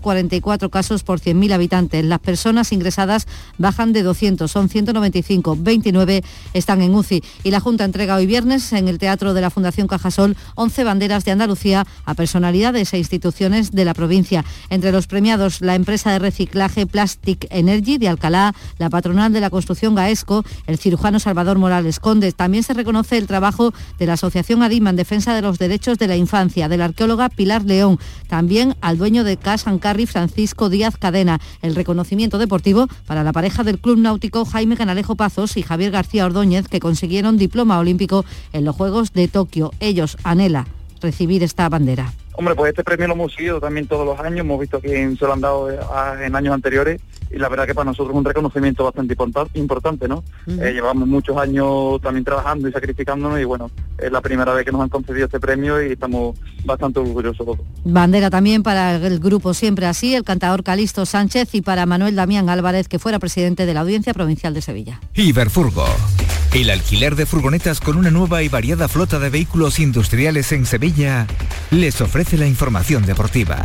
344 casos por 100.000 habitantes. Las personas ingresadas bajan de 200, son 195, 29 están en UCI. Y la Junta entrega hoy viernes en el Teatro de la Fundación Cajasol 11 banderas de Andalucía a personalidades e instituciones de la provincia. Entre los premiados, la empresa de reciclaje Plastic Energy de Alcalá, la patronal de la construcción Gaesco, el cirujano Salvador Morales Conde. También se reconoce el trabajo de la Asociación Adima en defensa de los derechos de la infancia, de la arqueóloga Pilar León, también al dueño de Casa Carry, Francisco Díaz Cadena. El reconocimiento deportivo para la pareja del Club Náutico Jaime Canalejo Pazos y Javier García Ordóñez, que consiguieron diploma olímpico en los Juegos de Tokio. Ellos anhelan recibir esta bandera. Hombre, pues este premio lo hemos seguido también todos los años, hemos visto que se lo han dado en años anteriores y la verdad que para nosotros es un reconocimiento bastante importante, ¿no? Llevamos muchos años también trabajando y sacrificándonos y bueno, es la primera vez que nos han concedido este premio y estamos bastante orgullosos todos. Bandera también para el grupo Siempre Así, el cantador Calixto Sánchez, y para Manuel Damián Álvarez, que fuera presidente de la Audiencia Provincial de Sevilla. Iberfurgo, el alquiler de furgonetas con una nueva y variada flota de vehículos industriales en Sevilla, les ofrece la información deportiva.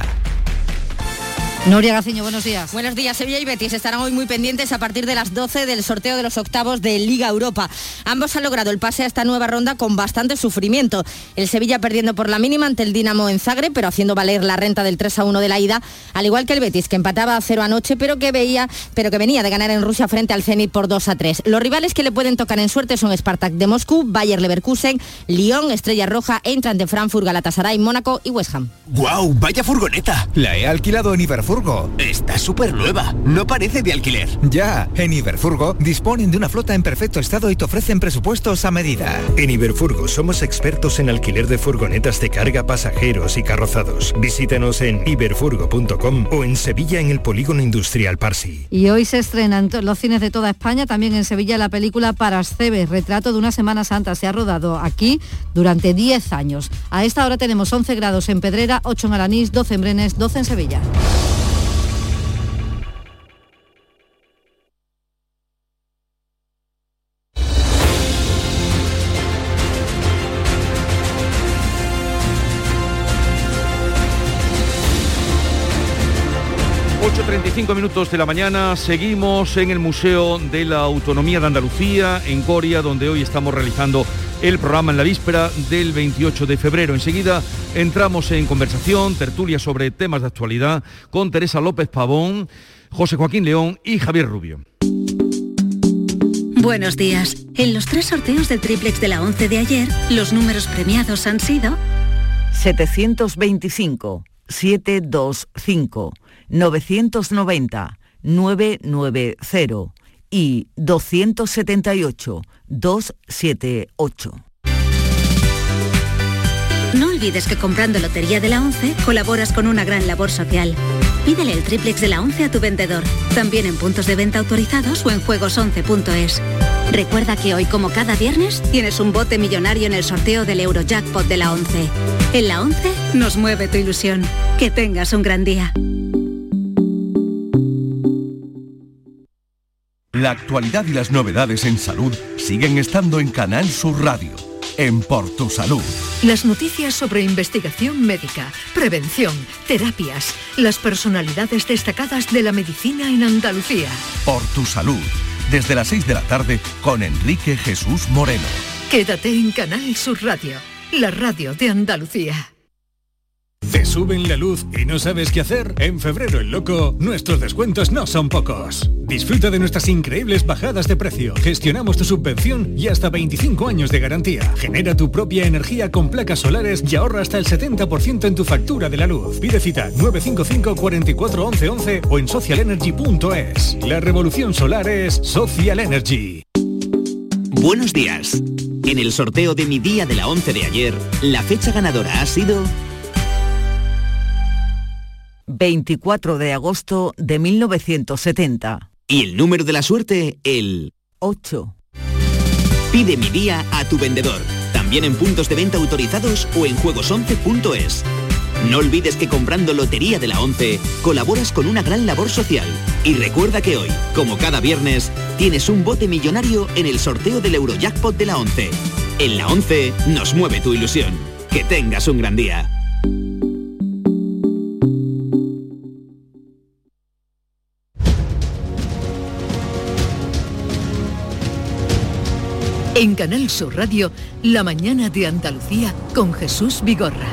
Nuria Gaciño, buenos días. Buenos días. Sevilla y Betis estarán hoy muy pendientes a partir de las 12 del sorteo de los octavos de Liga Europa. Ambos han logrado el pase a esta nueva ronda con bastante sufrimiento. El Sevilla perdiendo por la mínima ante el Dinamo en Zagreb, pero haciendo valer la renta del 3-1 de la ida, al igual que el Betis, que empataba a 0 anoche, pero que venía de ganar en Rusia frente al Zenit por 2-3. Los rivales que le pueden tocar en suerte son Spartak de Moscú, Bayer Leverkusen, Lyon, Estrella Roja, Eintracht de Frankfurt, Galatasaray, Mónaco y West Ham. ¡Guau! ¡Vaya furgoneta! La he alquilado en Iberfurgo Iberfurgo. Está súper nueva, no parece de alquiler. Ya, en Iberfurgo disponen de una flota en perfecto estado y te ofrecen presupuestos a medida. En Iberfurgo somos expertos en alquiler de furgonetas de carga, pasajeros y carrozados. Visítanos en iberfurgo.com o en Sevilla en el Polígono Industrial Parsi. Y hoy se estrena en los cines de toda España, también en Sevilla, la película Parascebes, retrato de una Semana Santa. Se ha rodado aquí durante 10 años. A esta hora tenemos 11 grados en Pedrera, 8 en Alanís, 12 en Brenes, 12 en Sevilla. Minutos de la mañana, seguimos en el Museo de la Autonomía de Andalucía, en Coria, donde hoy estamos realizando el programa en la víspera del 28 de febrero. Enseguida entramos en conversación, tertulia sobre temas de actualidad con Teresa López Pavón, José Joaquín León y Javier Rubio. Buenos días. En los 3 sorteos del triplex de la 11 de ayer, los números premiados han sido 725, 725, 990, 990 y 278, 278. No olvides que comprando Lotería de la 11 colaboras con una gran labor social. Pídele el triplex de la 11 a tu vendedor, también en puntos de venta autorizados o en juegos11.es. Recuerda que hoy, como cada viernes, tienes un bote millonario en el sorteo del Eurojackpot de la 11. En la 11 nos mueve tu ilusión. Que tengas un gran día. La actualidad y las novedades en salud siguen estando en Canal Sur Radio, en Por Tu Salud. Las noticias sobre investigación médica, prevención, terapias, las personalidades destacadas de la medicina en Andalucía. Por Tu Salud, desde las 6 de la tarde con Enrique Jesús Moreno. Quédate en Canal Sur Radio, la radio de Andalucía. ¿Te suben la luz y no sabes qué hacer? En Febrero el Loco, nuestros descuentos no son pocos. Disfruta de nuestras increíbles bajadas de precio. Gestionamos tu subvención y hasta 25 años de garantía. Genera tu propia energía con placas solares y ahorra hasta el 70% en tu factura de la luz. Pide cita 955 44 11 11 o en socialenergy.es. La revolución solar es Social Energy. Buenos días. En el sorteo de mi día de la 11 de ayer, la fecha ganadora ha sido 24 de agosto de 1970. Y el número de la suerte, el 8. Pide mi día a tu vendedor, también en puntos de venta autorizados o en juegos11.es. No olvides que comprando Lotería de la 11 colaboras con una gran labor social. Y recuerda que hoy, como cada viernes, tienes un bote millonario en el sorteo del Eurojackpot de la 11. En la 11 nos mueve tu ilusión. Que tengas un gran día. En Canal Sur Radio, La mañana de Andalucía con Jesús Vigorra.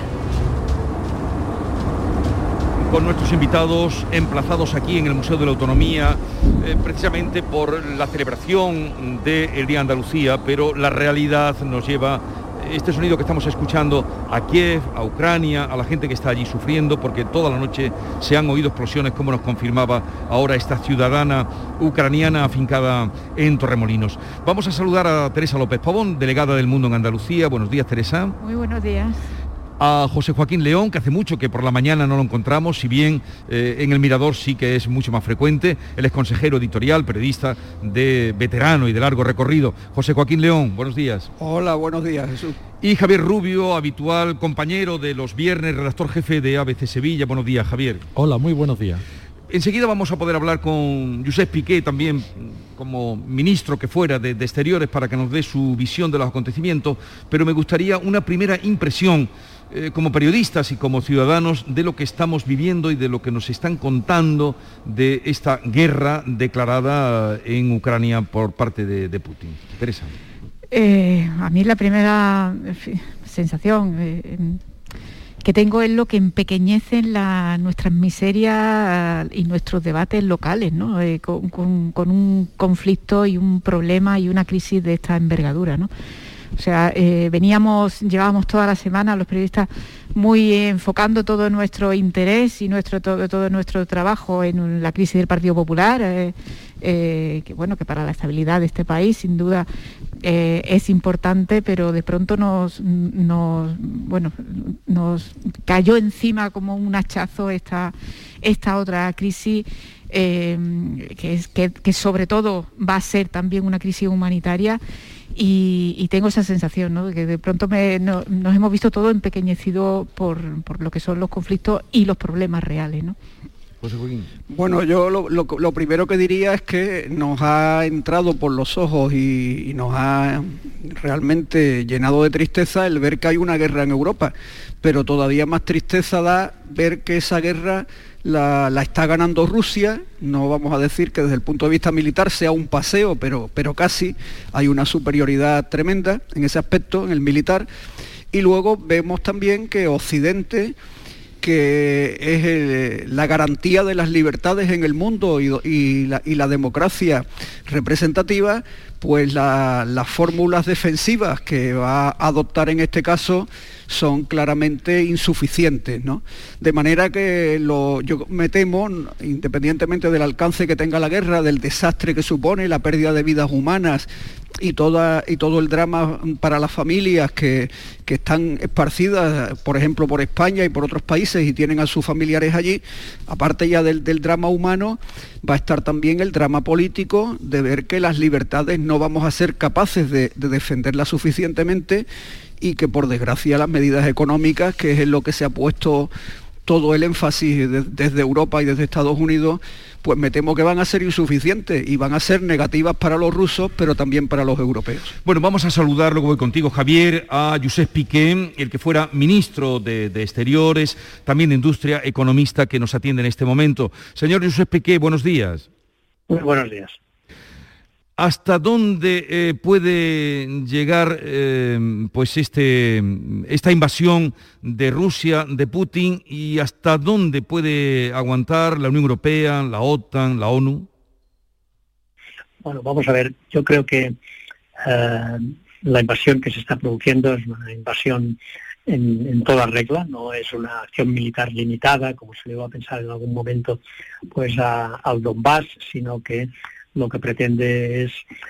Con nuestros invitados emplazados aquí en el Museo de la Autonomía, precisamente por la celebración del Día de Andalucía, pero la realidad nos lleva este sonido que estamos escuchando a Kiev, a Ucrania, a la gente que está allí sufriendo, porque toda la noche se han oído explosiones, como nos confirmaba ahora esta ciudadana ucraniana afincada en Torremolinos. Vamos a saludar a Teresa López Pavón, delegada del Mundo en Andalucía. Buenos días, Teresa. Muy buenos días. A José Joaquín León, que hace mucho que por la mañana no lo encontramos, si bien en el Mirador sí que es mucho más frecuente. Él es consejero editorial, periodista de veterano y de largo recorrido. José Joaquín León, buenos días. Hola, buenos días, Jesús. Y Javier Rubio, habitual compañero de los viernes, redactor jefe de ABC Sevilla. Buenos días, Javier. Hola, muy buenos días. Enseguida vamos a poder hablar con Josep Piqué, también como ministro que fuera de Exteriores, para que nos dé su visión de los acontecimientos, pero me gustaría una primera impresión como periodistas y como ciudadanos de lo que estamos viviendo y de lo que nos están contando de esta guerra declarada en Ucrania por parte de Putin. Teresa. A mí la primera sensación que tengo es lo que empequeñecen nuestras miserias y nuestros debates locales, ¿no? Con un conflicto y un problema y una crisis de esta envergadura, ¿no? O sea, llevábamos toda la semana los periodistas muy enfocando todo nuestro interés y todo nuestro trabajo en la crisis del Partido Popular, que para la estabilidad de este país sin duda es importante, pero de pronto nos cayó encima como un hachazo esta otra crisis, que sobre todo va a ser también una crisis humanitaria. Y tengo esa sensación, ¿no?, de que de pronto nos hemos visto todo empequeñecido por lo que son los conflictos y los problemas reales, ¿no? José Joaquín. Bueno, yo lo primero que diría es que nos ha entrado por los ojos y nos ha realmente llenado de tristeza el ver que hay una guerra en Europa, pero todavía más tristeza da ver que esa guerra la está ganando Rusia. No vamos a decir que desde el punto de vista militar sea un paseo, pero casi hay una superioridad tremenda en ese aspecto, en el militar. Y luego vemos también que Occidente, que es la garantía de las libertades en el mundo y la democracia representativa, pues las fórmulas defensivas que va a adoptar en este caso son claramente insuficientes, ¿no? De manera que yo me temo, independientemente del alcance que tenga la guerra, del desastre que supone, la pérdida de vidas humanas y todo el drama para las familias que están esparcidas, por ejemplo, por España y por otros países y tienen a sus familiares allí, aparte ya del drama humano, va a estar también el drama político de ver que las libertades no vamos a ser capaces de defenderlas suficientemente y que, por desgracia, las medidas económicas, que es en lo que se ha puesto todo el énfasis desde Europa y desde Estados Unidos, pues me temo que van a ser insuficientes y van a ser negativas para los rusos, pero también para los europeos. Bueno, vamos a saludar, luego voy contigo, Javier, a Josep Piqué, el que fuera ministro de Exteriores, también de Industria, economista, que nos atiende en este momento. Señor Josep Piqué, buenos días. Muy buenos días. ¿Hasta dónde puede llegar esta invasión de Rusia, de Putin, y hasta dónde puede aguantar la Unión Europea, la OTAN, la ONU? Bueno, vamos a ver, yo creo que la invasión que se está produciendo es una invasión en toda regla, no es una acción militar limitada, como se llegó a pensar en algún momento, pues al Donbass, sino que lo que pretende es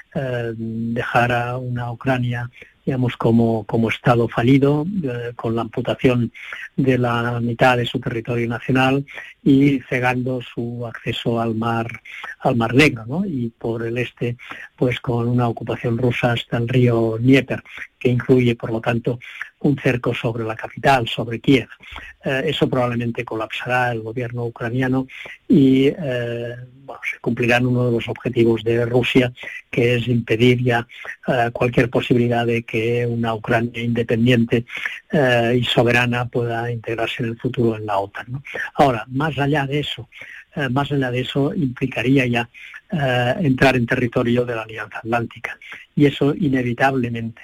dejar a una Ucrania, digamos, como Estado fallido, con la amputación de la mitad de su territorio nacional y cegando su acceso al Mar Negro, ¿no? Y por el este, pues con una ocupación rusa hasta el río Dnieper, que incluye, por lo tanto, un cerco sobre la capital, sobre Kiev. Eso probablemente colapsará el gobierno ucraniano y se cumplirán uno de los objetivos de Rusia, que es impedir ya cualquier posibilidad de que una Ucrania independiente y soberana pueda integrarse en el futuro en la OTAN, ¿no? Ahora, más allá de eso implicaría ya entrar en territorio de la Alianza Atlántica, y eso inevitablemente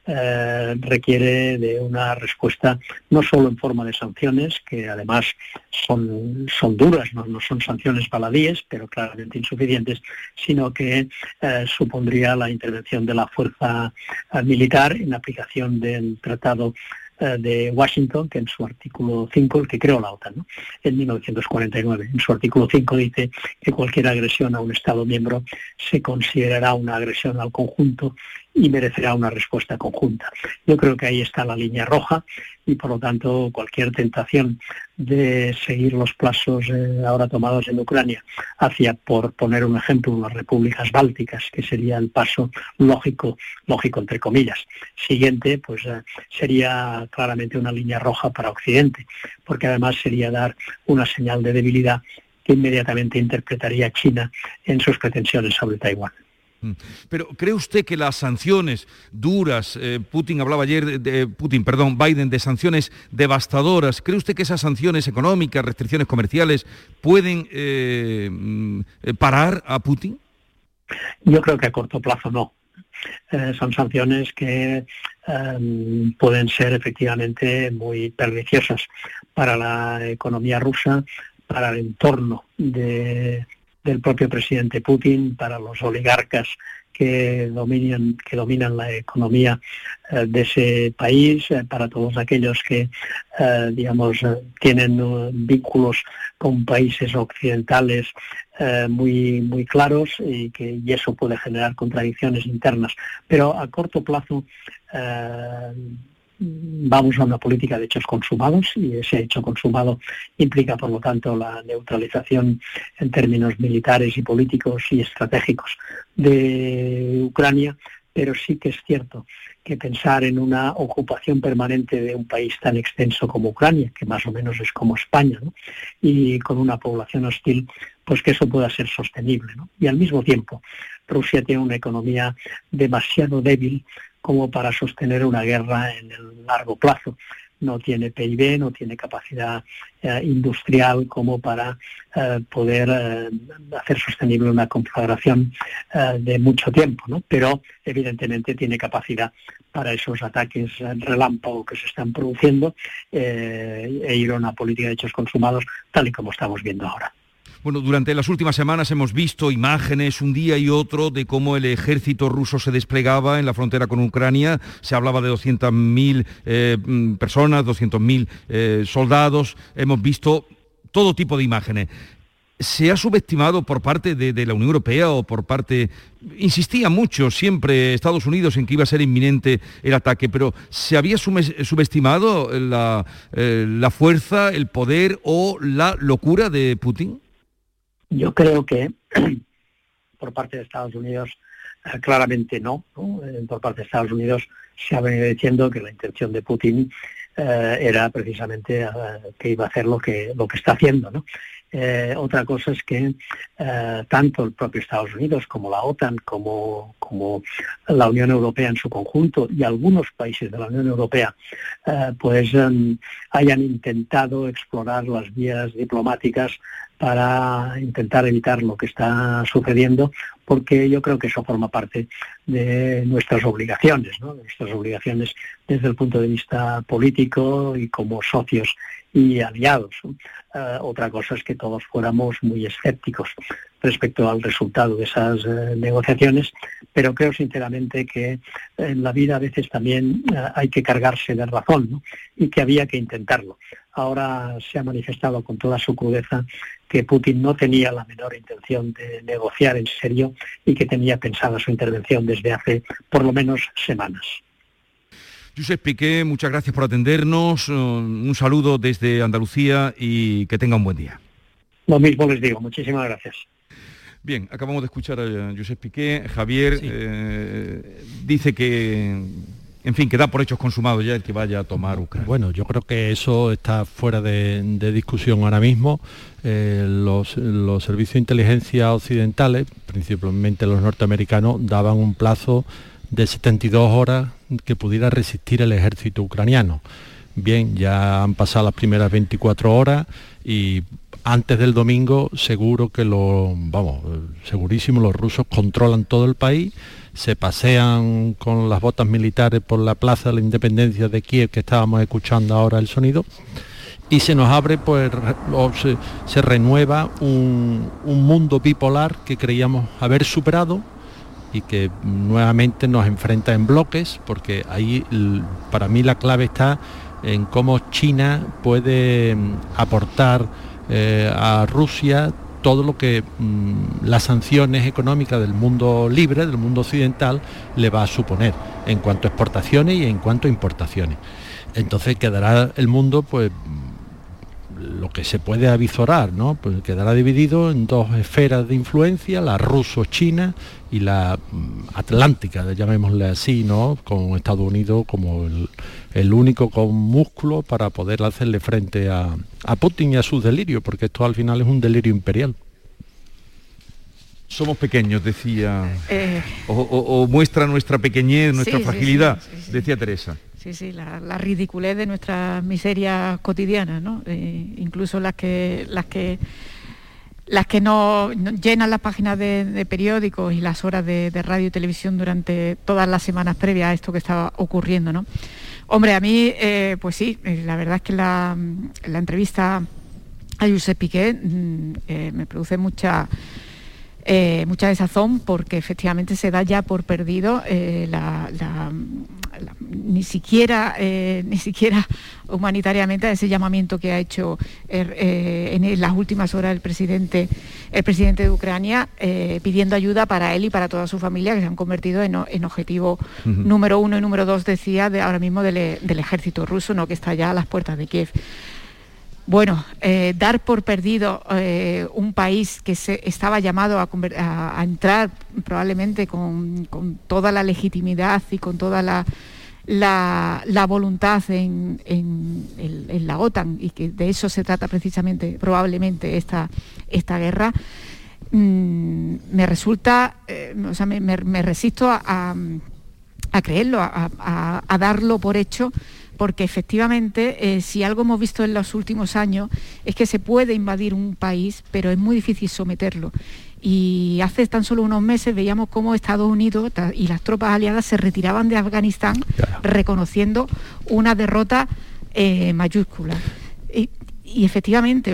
requiere de una respuesta no solo en forma de sanciones, que además son duras, no son sanciones baladíes, pero claramente insuficientes, sino que supondría la intervención de la fuerza militar en aplicación del Tratado de Washington, que en su artículo 5, el que creó la OTAN, ¿no?, en 1949. En su artículo 5 dice que cualquier agresión a un Estado miembro se considerará una agresión al conjunto y merecerá una respuesta conjunta. Yo creo que ahí está la línea roja y, por lo tanto, cualquier tentación de seguir los plazos ahora tomados en Ucrania hacia, por poner un ejemplo, unas repúblicas bálticas, que sería el paso lógico entre comillas, siguiente, pues sería claramente una línea roja para Occidente, porque además sería dar una señal de debilidad que inmediatamente interpretaría China en sus pretensiones sobre Taiwán. Pero ¿cree usted que las sanciones duras, Biden, de sanciones devastadoras, ¿cree usted que esas sanciones económicas, restricciones comerciales, pueden parar a Putin? Yo creo que a corto plazo no. Son sanciones que pueden ser efectivamente muy perniciosas para la economía rusa, para el entorno del propio presidente Putin, para los oligarcas que dominan la economía de ese país, para todos aquellos que, tienen vínculos con países occidentales muy claros y eso puede generar contradicciones internas. Pero a corto plazo vamos a una política de hechos consumados y ese hecho consumado implica, por lo tanto, la neutralización en términos militares y políticos y estratégicos de Ucrania, pero sí que es cierto que pensar en una ocupación permanente de un país tan extenso como Ucrania, que más o menos es como España, ¿no?, y con una población hostil, pues que eso pueda ser sostenible, ¿no? Y al mismo tiempo, Rusia tiene una economía demasiado débil como para sostener una guerra en el largo plazo. No tiene PIB, no tiene capacidad industrial como para poder hacer sostenible una conflagración de mucho tiempo, ¿no? Pero evidentemente tiene capacidad para esos ataques relámpago que se están produciendo e ir a una política de hechos consumados tal y como estamos viendo ahora. Bueno, durante las últimas semanas hemos visto imágenes un día y otro de cómo el ejército ruso se desplegaba en la frontera con Ucrania. Se hablaba de 200.000 personas, 200.000 soldados. Hemos visto todo tipo de imágenes. ¿Se ha subestimado por parte de la Unión Europea o por parte... Insistía mucho siempre Estados Unidos en que iba a ser inminente el ataque, pero ¿se había subestimado la fuerza, el poder o la locura de Putin? Yo creo que por parte de Estados Unidos claramente no. Por parte de Estados Unidos se ha venido diciendo que la intención de Putin era precisamente que iba a hacer lo que está haciendo, ¿no? Otra cosa es que tanto el propio Estados Unidos como la OTAN, como la Unión Europea en su conjunto y algunos países de la Unión Europea hayan intentado explorar las vías diplomáticas para intentar evitar lo que está sucediendo, porque yo creo que eso forma parte de nuestras obligaciones, ¿no? De nuestras obligaciones desde el punto de vista político y como socios y aliados. Otra cosa es que todos fuéramos muy escépticos respecto al resultado de esas negociaciones, pero creo sinceramente que en la vida a veces también hay que cargarse de razón, ¿no? Y que había que intentarlo. Ahora se ha manifestado con toda su crudeza que Putin no tenía la menor intención de negociar en serio y que tenía pensada su intervención desde hace por lo menos semanas. Josep Piqué, muchas gracias por atendernos, un saludo desde Andalucía y que tenga un buen día. Lo mismo les digo, muchísimas gracias. Bien, acabamos de escuchar a Josep Piqué. Javier dice que, en fin, que da por hechos consumados ya el que vaya a tomar Ucrania. Bueno, yo creo que eso está fuera de discusión ahora mismo. Los servicios de inteligencia occidentales, principalmente los norteamericanos, daban un plazo de 72 horas que pudiera resistir el ejército ucraniano. Bien, ya han pasado las primeras 24 horas y antes del domingo seguro que segurísimo los rusos controlan todo el país, se pasean con las botas militares por la Plaza de la Independencia de Kiev, que estábamos escuchando ahora el sonido, y se nos abre, se renueva un mundo bipolar que creíamos haber superado y que nuevamente nos enfrenta en bloques, porque ahí para mí la clave está en cómo China puede aportar a Rusia todo lo que las sanciones económicas del mundo libre, del mundo occidental, le va a suponer en cuanto a exportaciones y en cuanto a importaciones. Entonces quedará el mundo, pues, lo que se puede avisorar, ¿no? Pues quedará dividido en dos esferas de influencia, la ruso-china y la atlántica, llamémosle así, ¿no? Con Estados Unidos como el único con músculo para poder hacerle frente a Putin y a sus delirios, porque esto al final es un delirio imperial. Somos pequeños, decía, o muestra nuestra pequeñez, nuestra fragilidad, sí. Decía Teresa. Sí, la ridiculez de nuestras miserias cotidianas, ¿no? Incluso las que no llenan las páginas de periódicos y las horas de radio y televisión durante todas las semanas previas a esto que estaba ocurriendo, ¿no? Hombre, a mí, pues sí, la verdad es que la entrevista a Josep Piqué me produce mucha mucha desazón, porque efectivamente se da ya por perdido ni siquiera humanitariamente a ese llamamiento que ha hecho en las últimas horas el presidente de Ucrania, pidiendo ayuda para él y para toda su familia, que se han convertido en objetivo número 1 y número 2, decía, ahora mismo del ejército ruso, ¿no?, que está ya a las puertas de Kiev. Bueno, dar por perdido un país que estaba llamado a entrar probablemente con toda la legitimidad y con toda la voluntad en la OTAN, y que de eso se trata precisamente, probablemente, esta guerra, me resulta, me resisto a creerlo, a darlo por hecho, porque efectivamente, si algo hemos visto en los últimos años, es que se puede invadir un país, pero es muy difícil someterlo. Y hace tan solo unos meses veíamos cómo Estados Unidos y las tropas aliadas se retiraban de Afganistán, reconociendo una derrota mayúscula. Y efectivamente,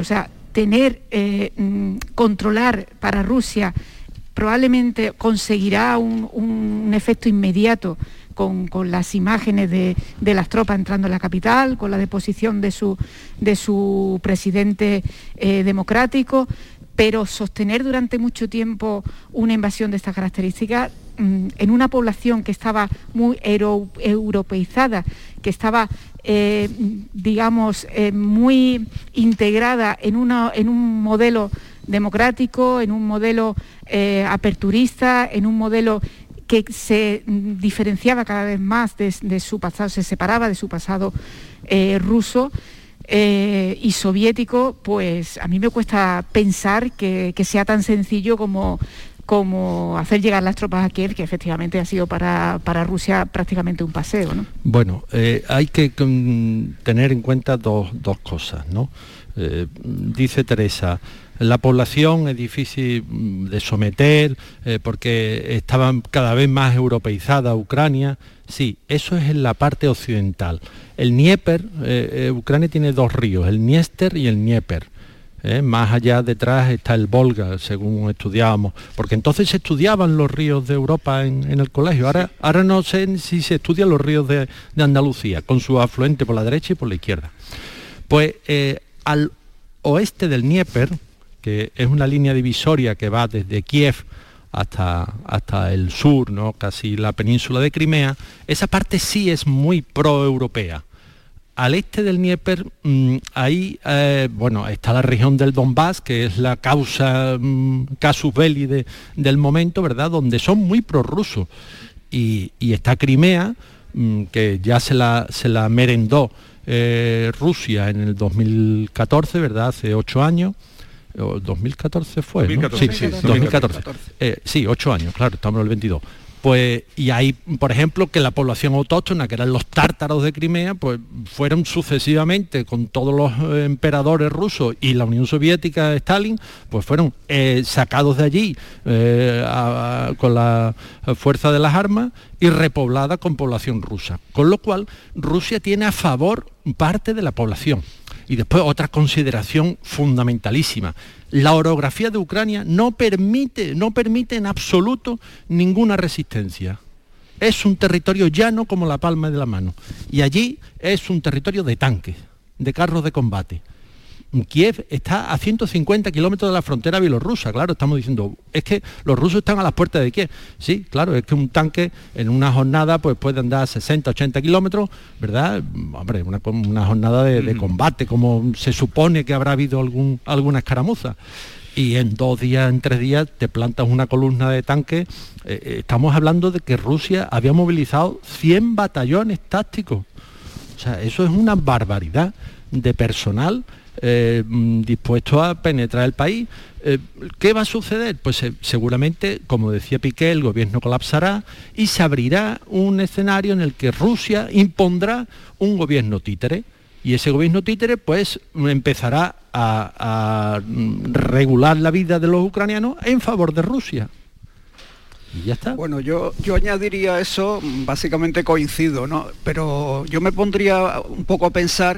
controlar para Rusia probablemente conseguirá un efecto inmediato con las imágenes de las tropas entrando en la capital, con la deposición de su presidente democrático, pero sostener durante mucho tiempo una invasión de estas características en una población que estaba muy europeizada, que estaba muy integrada en un modelo democrático, en un modelo aperturista, en un modelo que se diferenciaba cada vez más de su pasado, se separaba de su pasado ruso y soviético, pues a mí me cuesta pensar que sea tan sencillo como hacer llegar las tropas a Kiev, que efectivamente ha sido para Rusia prácticamente un paseo, ¿no? Bueno, hay que tener en cuenta dos cosas, ¿no? Dice Teresa, la población es difícil de someter porque estaba cada vez más europeizada Ucrania. Sí, eso es en la parte occidental. El Dnieper, Ucrania tiene dos ríos, el Dniester y el Dnieper. Más allá detrás está el Volga, según estudiábamos, porque entonces se estudiaban los ríos de Europa en el colegio. Ahora no sé si se estudian los ríos de Andalucía, con su afluente por la derecha y por la izquierda. Pues al oeste del Dnieper, que es una línea divisoria que va desde Kiev hasta el sur, ¿no?, casi la península de Crimea, esa parte sí es muy proeuropea. Al este del Dnieper, ahí está la región del Donbass, que es la causa casus belli del momento, ¿verdad?, donde son muy prorrusos. Y está Crimea, que ya se la merendó Rusia en el 2014, ¿verdad?, hace 8 años. 2014 fue, 2014, ¿no? Sí, 2014. Sí, 8 años, claro, estamos en el 22. Pues, y ahí, por ejemplo, que la población autóctona, que eran los tártaros de Crimea, pues fueron sucesivamente, con todos los emperadores rusos y la Unión Soviética, Stalin, pues fueron sacados de allí con la fuerza de las armas y repoblada con población rusa. Con lo cual, Rusia tiene a favor parte de la población. Y después otra consideración fundamentalísima. La orografía de Ucrania no permite en absoluto ninguna resistencia. Es un territorio llano como la palma de la mano. Y allí es un territorio de tanques, de carros de combate. Kiev está a 150 kilómetros de la frontera bielorrusa. Claro, estamos diciendo, es que los rusos están a las puertas de Kiev. Sí, claro, es que un tanque en una jornada pues puede andar 60, 80 kilómetros, ¿verdad? Hombre, una jornada de combate, como se supone que habrá habido alguna escaramuza. Y en 2 días, en 3 días, te plantas una columna de tanques. Estamos hablando de que Rusia había movilizado 100 batallones tácticos. O sea, eso es una barbaridad de personal dispuesto a penetrar el país. ¿Qué va a suceder? Pues seguramente, como decía Piqué, el gobierno colapsará y se abrirá un escenario en el que Rusia impondrá un gobierno títere, y ese gobierno títere pues empezará a regular la vida de los ucranianos en favor de Rusia. Y ya está. Bueno, yo añadiría eso, básicamente coincido, ¿no? Pero yo me pondría un poco a pensar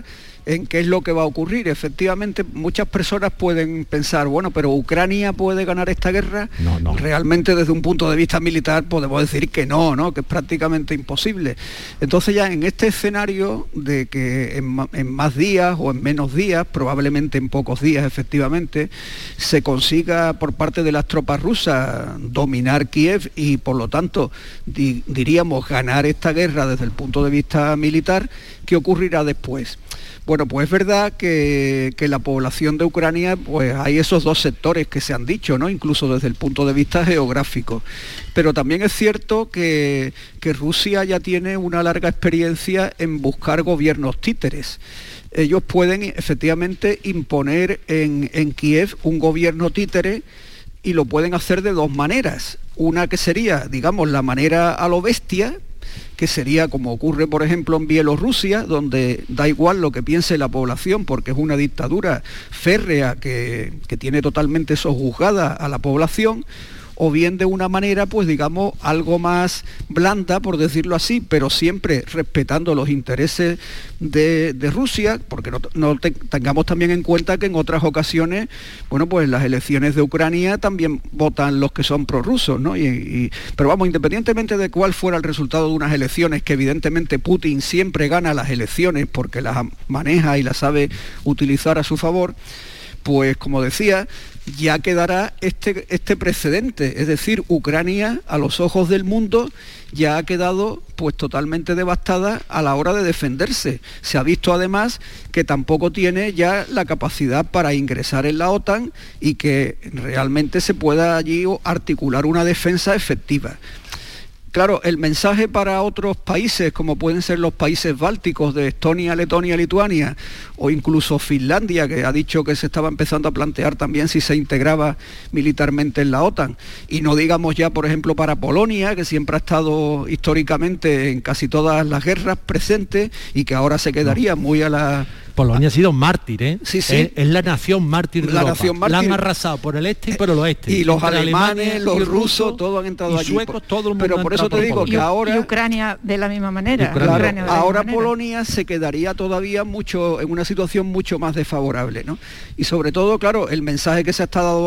en qué es lo que va a ocurrir. Efectivamente, muchas personas pueden pensar, bueno, pero ¿Ucrania puede ganar esta guerra? No. Realmente, desde un punto de vista militar, podemos decir que no, que es prácticamente imposible. Entonces ya en este escenario de que en más días o en menos días, probablemente en pocos días efectivamente, se consiga por parte de las tropas rusas dominar Kiev y por lo tanto diríamos ganar esta guerra desde el punto de vista militar, ¿qué ocurrirá después? Bueno, pues es verdad que la población de Ucrania, pues hay esos dos sectores que se han dicho, ¿no? Incluso desde el punto de vista geográfico. Pero también es cierto que Rusia ya tiene una larga experiencia en buscar gobiernos títeres. Ellos pueden efectivamente imponer en Kiev un gobierno títere y lo pueden hacer de dos maneras. Una que sería, digamos, la manera a lo bestia, que sería como ocurre, por ejemplo, en Bielorrusia, donde da igual lo que piense la población, porque es una dictadura férrea que tiene totalmente sojuzgada a la población, o bien de una manera, pues digamos, algo más blanda, por decirlo así, pero siempre respetando los intereses de Rusia, porque tengamos también en cuenta que en otras ocasiones, bueno, pues en las elecciones de Ucrania también votan los que son prorrusos, ¿no? Pero vamos, independientemente de cuál fuera el resultado de unas elecciones, que evidentemente Putin siempre gana las elecciones porque las maneja y las sabe utilizar a su favor, pues como decía, ya quedará este precedente, es decir, Ucrania a los ojos del mundo ya ha quedado pues totalmente devastada a la hora de defenderse. Se ha visto además que tampoco tiene ya la capacidad para ingresar en la OTAN y que realmente se pueda allí articular una defensa efectiva. Claro, el mensaje para otros países, como pueden ser los países bálticos de Estonia, Letonia, Lituania, o incluso Finlandia, que ha dicho que se estaba empezando a plantear también si se integraba militarmente en la OTAN, y no digamos ya, por ejemplo, para Polonia, que siempre ha estado históricamente en casi todas las guerras presentes y que ahora se quedaría muy a la... Polonia ha sido mártir, ¿eh? Sí, sí. Es la nación mártir de Europa. Nación mártir. La han arrasado por el este y por el oeste. Y los alemanes, los rusos, todos han entrado allí. Suecos, todo el mundo. Pero por eso te digo que ahora... Y Ucrania de la misma manera. Ahora Polonia se quedaría todavía en una situación mucho más desfavorable, ¿no? Y sobre todo, claro, el mensaje que se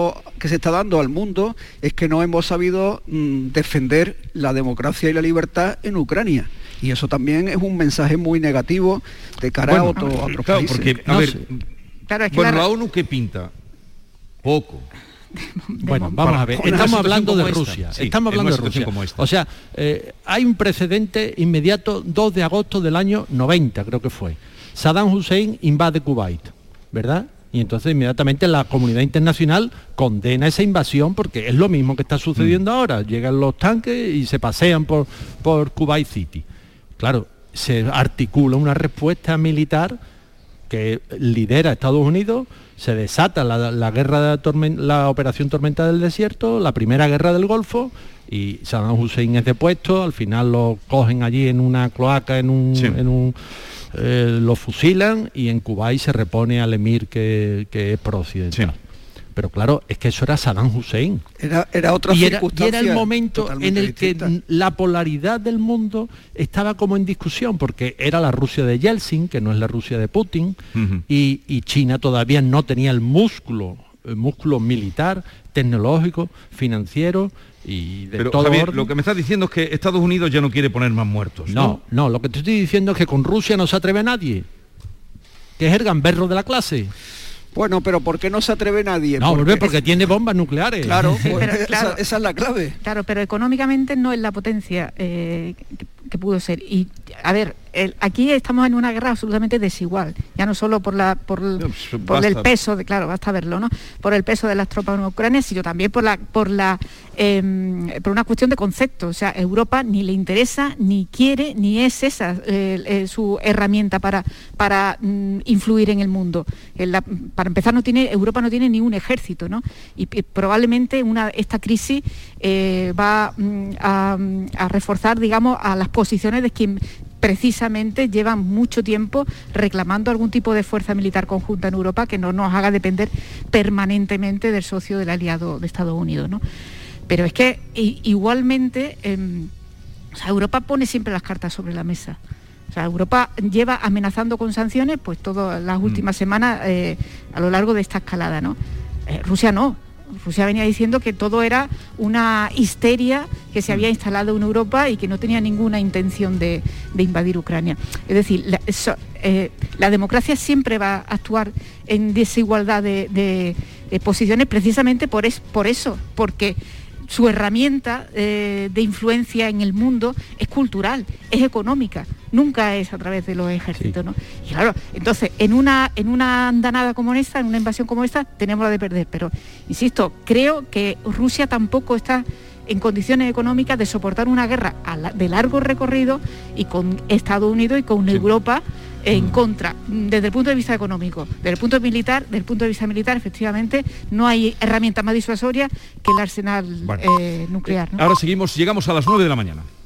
está dando al mundo es que no hemos sabido defender la democracia y la libertad en Ucrania. Y eso también es un mensaje muy negativo de cara a otros países. Porque, la ONU, ¿qué pinta? Poco. Bueno, vamos a ver, estamos hablando de Rusia. Estamos hablando de Rusia. O sea, hay un precedente inmediato, 2 de agosto del año 90, creo que fue. Saddam Hussein invade Kuwait, ¿verdad? Y entonces inmediatamente la comunidad internacional condena esa invasión porque es lo mismo que está sucediendo ahora. Llegan los tanques y se pasean por Kuwait City. Claro, se articula una respuesta militar que lidera Estados Unidos, se desata la guerra la operación Tormenta del Desierto, la primera guerra del Golfo, y Saddam Hussein es depuesto, al final lo cogen allí en una cloaca, lo fusilan, y en Kuwait se repone al emir que es pro-occidental. Sí. Pero claro, es que eso era Saddam Hussein. Era otra circunstancia. Y era el momento en el que la polaridad del mundo estaba como en discusión, porque era la Rusia de Yeltsin, que no es la Rusia de Putin, y China todavía no tenía el músculo militar, tecnológico, financiero y de Pero, todo Javier, orden. lo que me estás diciendo es que Estados Unidos ya no quiere poner más muertos, ¿no? No, lo que te estoy diciendo es que con Rusia no se atreve nadie, que es el gamberro de la clase. Bueno, pero ¿por qué no se atreve nadie? No, porque tiene bombas nucleares. Claro, pues, pero, claro, esa es la clave. Claro, pero económicamente no es la potencia que pudo ser. Y, a ver, aquí estamos en una guerra absolutamente desigual, ya no solo por el peso, claro, basta verlo, ¿no? Por el peso de las tropas en Ucrania, sino también por una cuestión de concepto. O sea, Europa ni le interesa, ni quiere, ni es esa su herramienta para influir en el mundo. Para empezar, Europa no tiene ni un ejército, ¿no? Y probablemente esta crisis va a reforzar, digamos, a las posiciones de quien precisamente llevan mucho tiempo reclamando algún tipo de fuerza militar conjunta en Europa que no nos haga depender permanentemente del socio del aliado de Estados Unidos, ¿no? Pero es que igualmente, Europa pone siempre las cartas sobre la mesa. O sea, Europa lleva amenazando con sanciones pues todas las últimas semanas a lo largo de esta escalada, ¿no? Rusia no. Rusia venía diciendo que todo era una histeria que se había instalado en Europa y que no tenía ninguna intención de invadir Ucrania. Es decir, la democracia siempre va a actuar en desigualdad de posiciones precisamente por eso, porque su herramienta de influencia en el mundo es cultural, es económica, nunca es a través de los ejércitos, ¿no? Y claro, entonces, en una andanada como esta, en una invasión como esta, tenemos la de perder. Pero, insisto, creo que Rusia tampoco está en condiciones económicas de soportar una guerra de largo recorrido y con Estados Unidos y con Europa en contra, desde el punto de vista económico. Desde el punto de vista militar, efectivamente, no hay herramienta más disuasoria que el arsenal nuclear, ¿no? Ahora llegamos a las 9 de la mañana.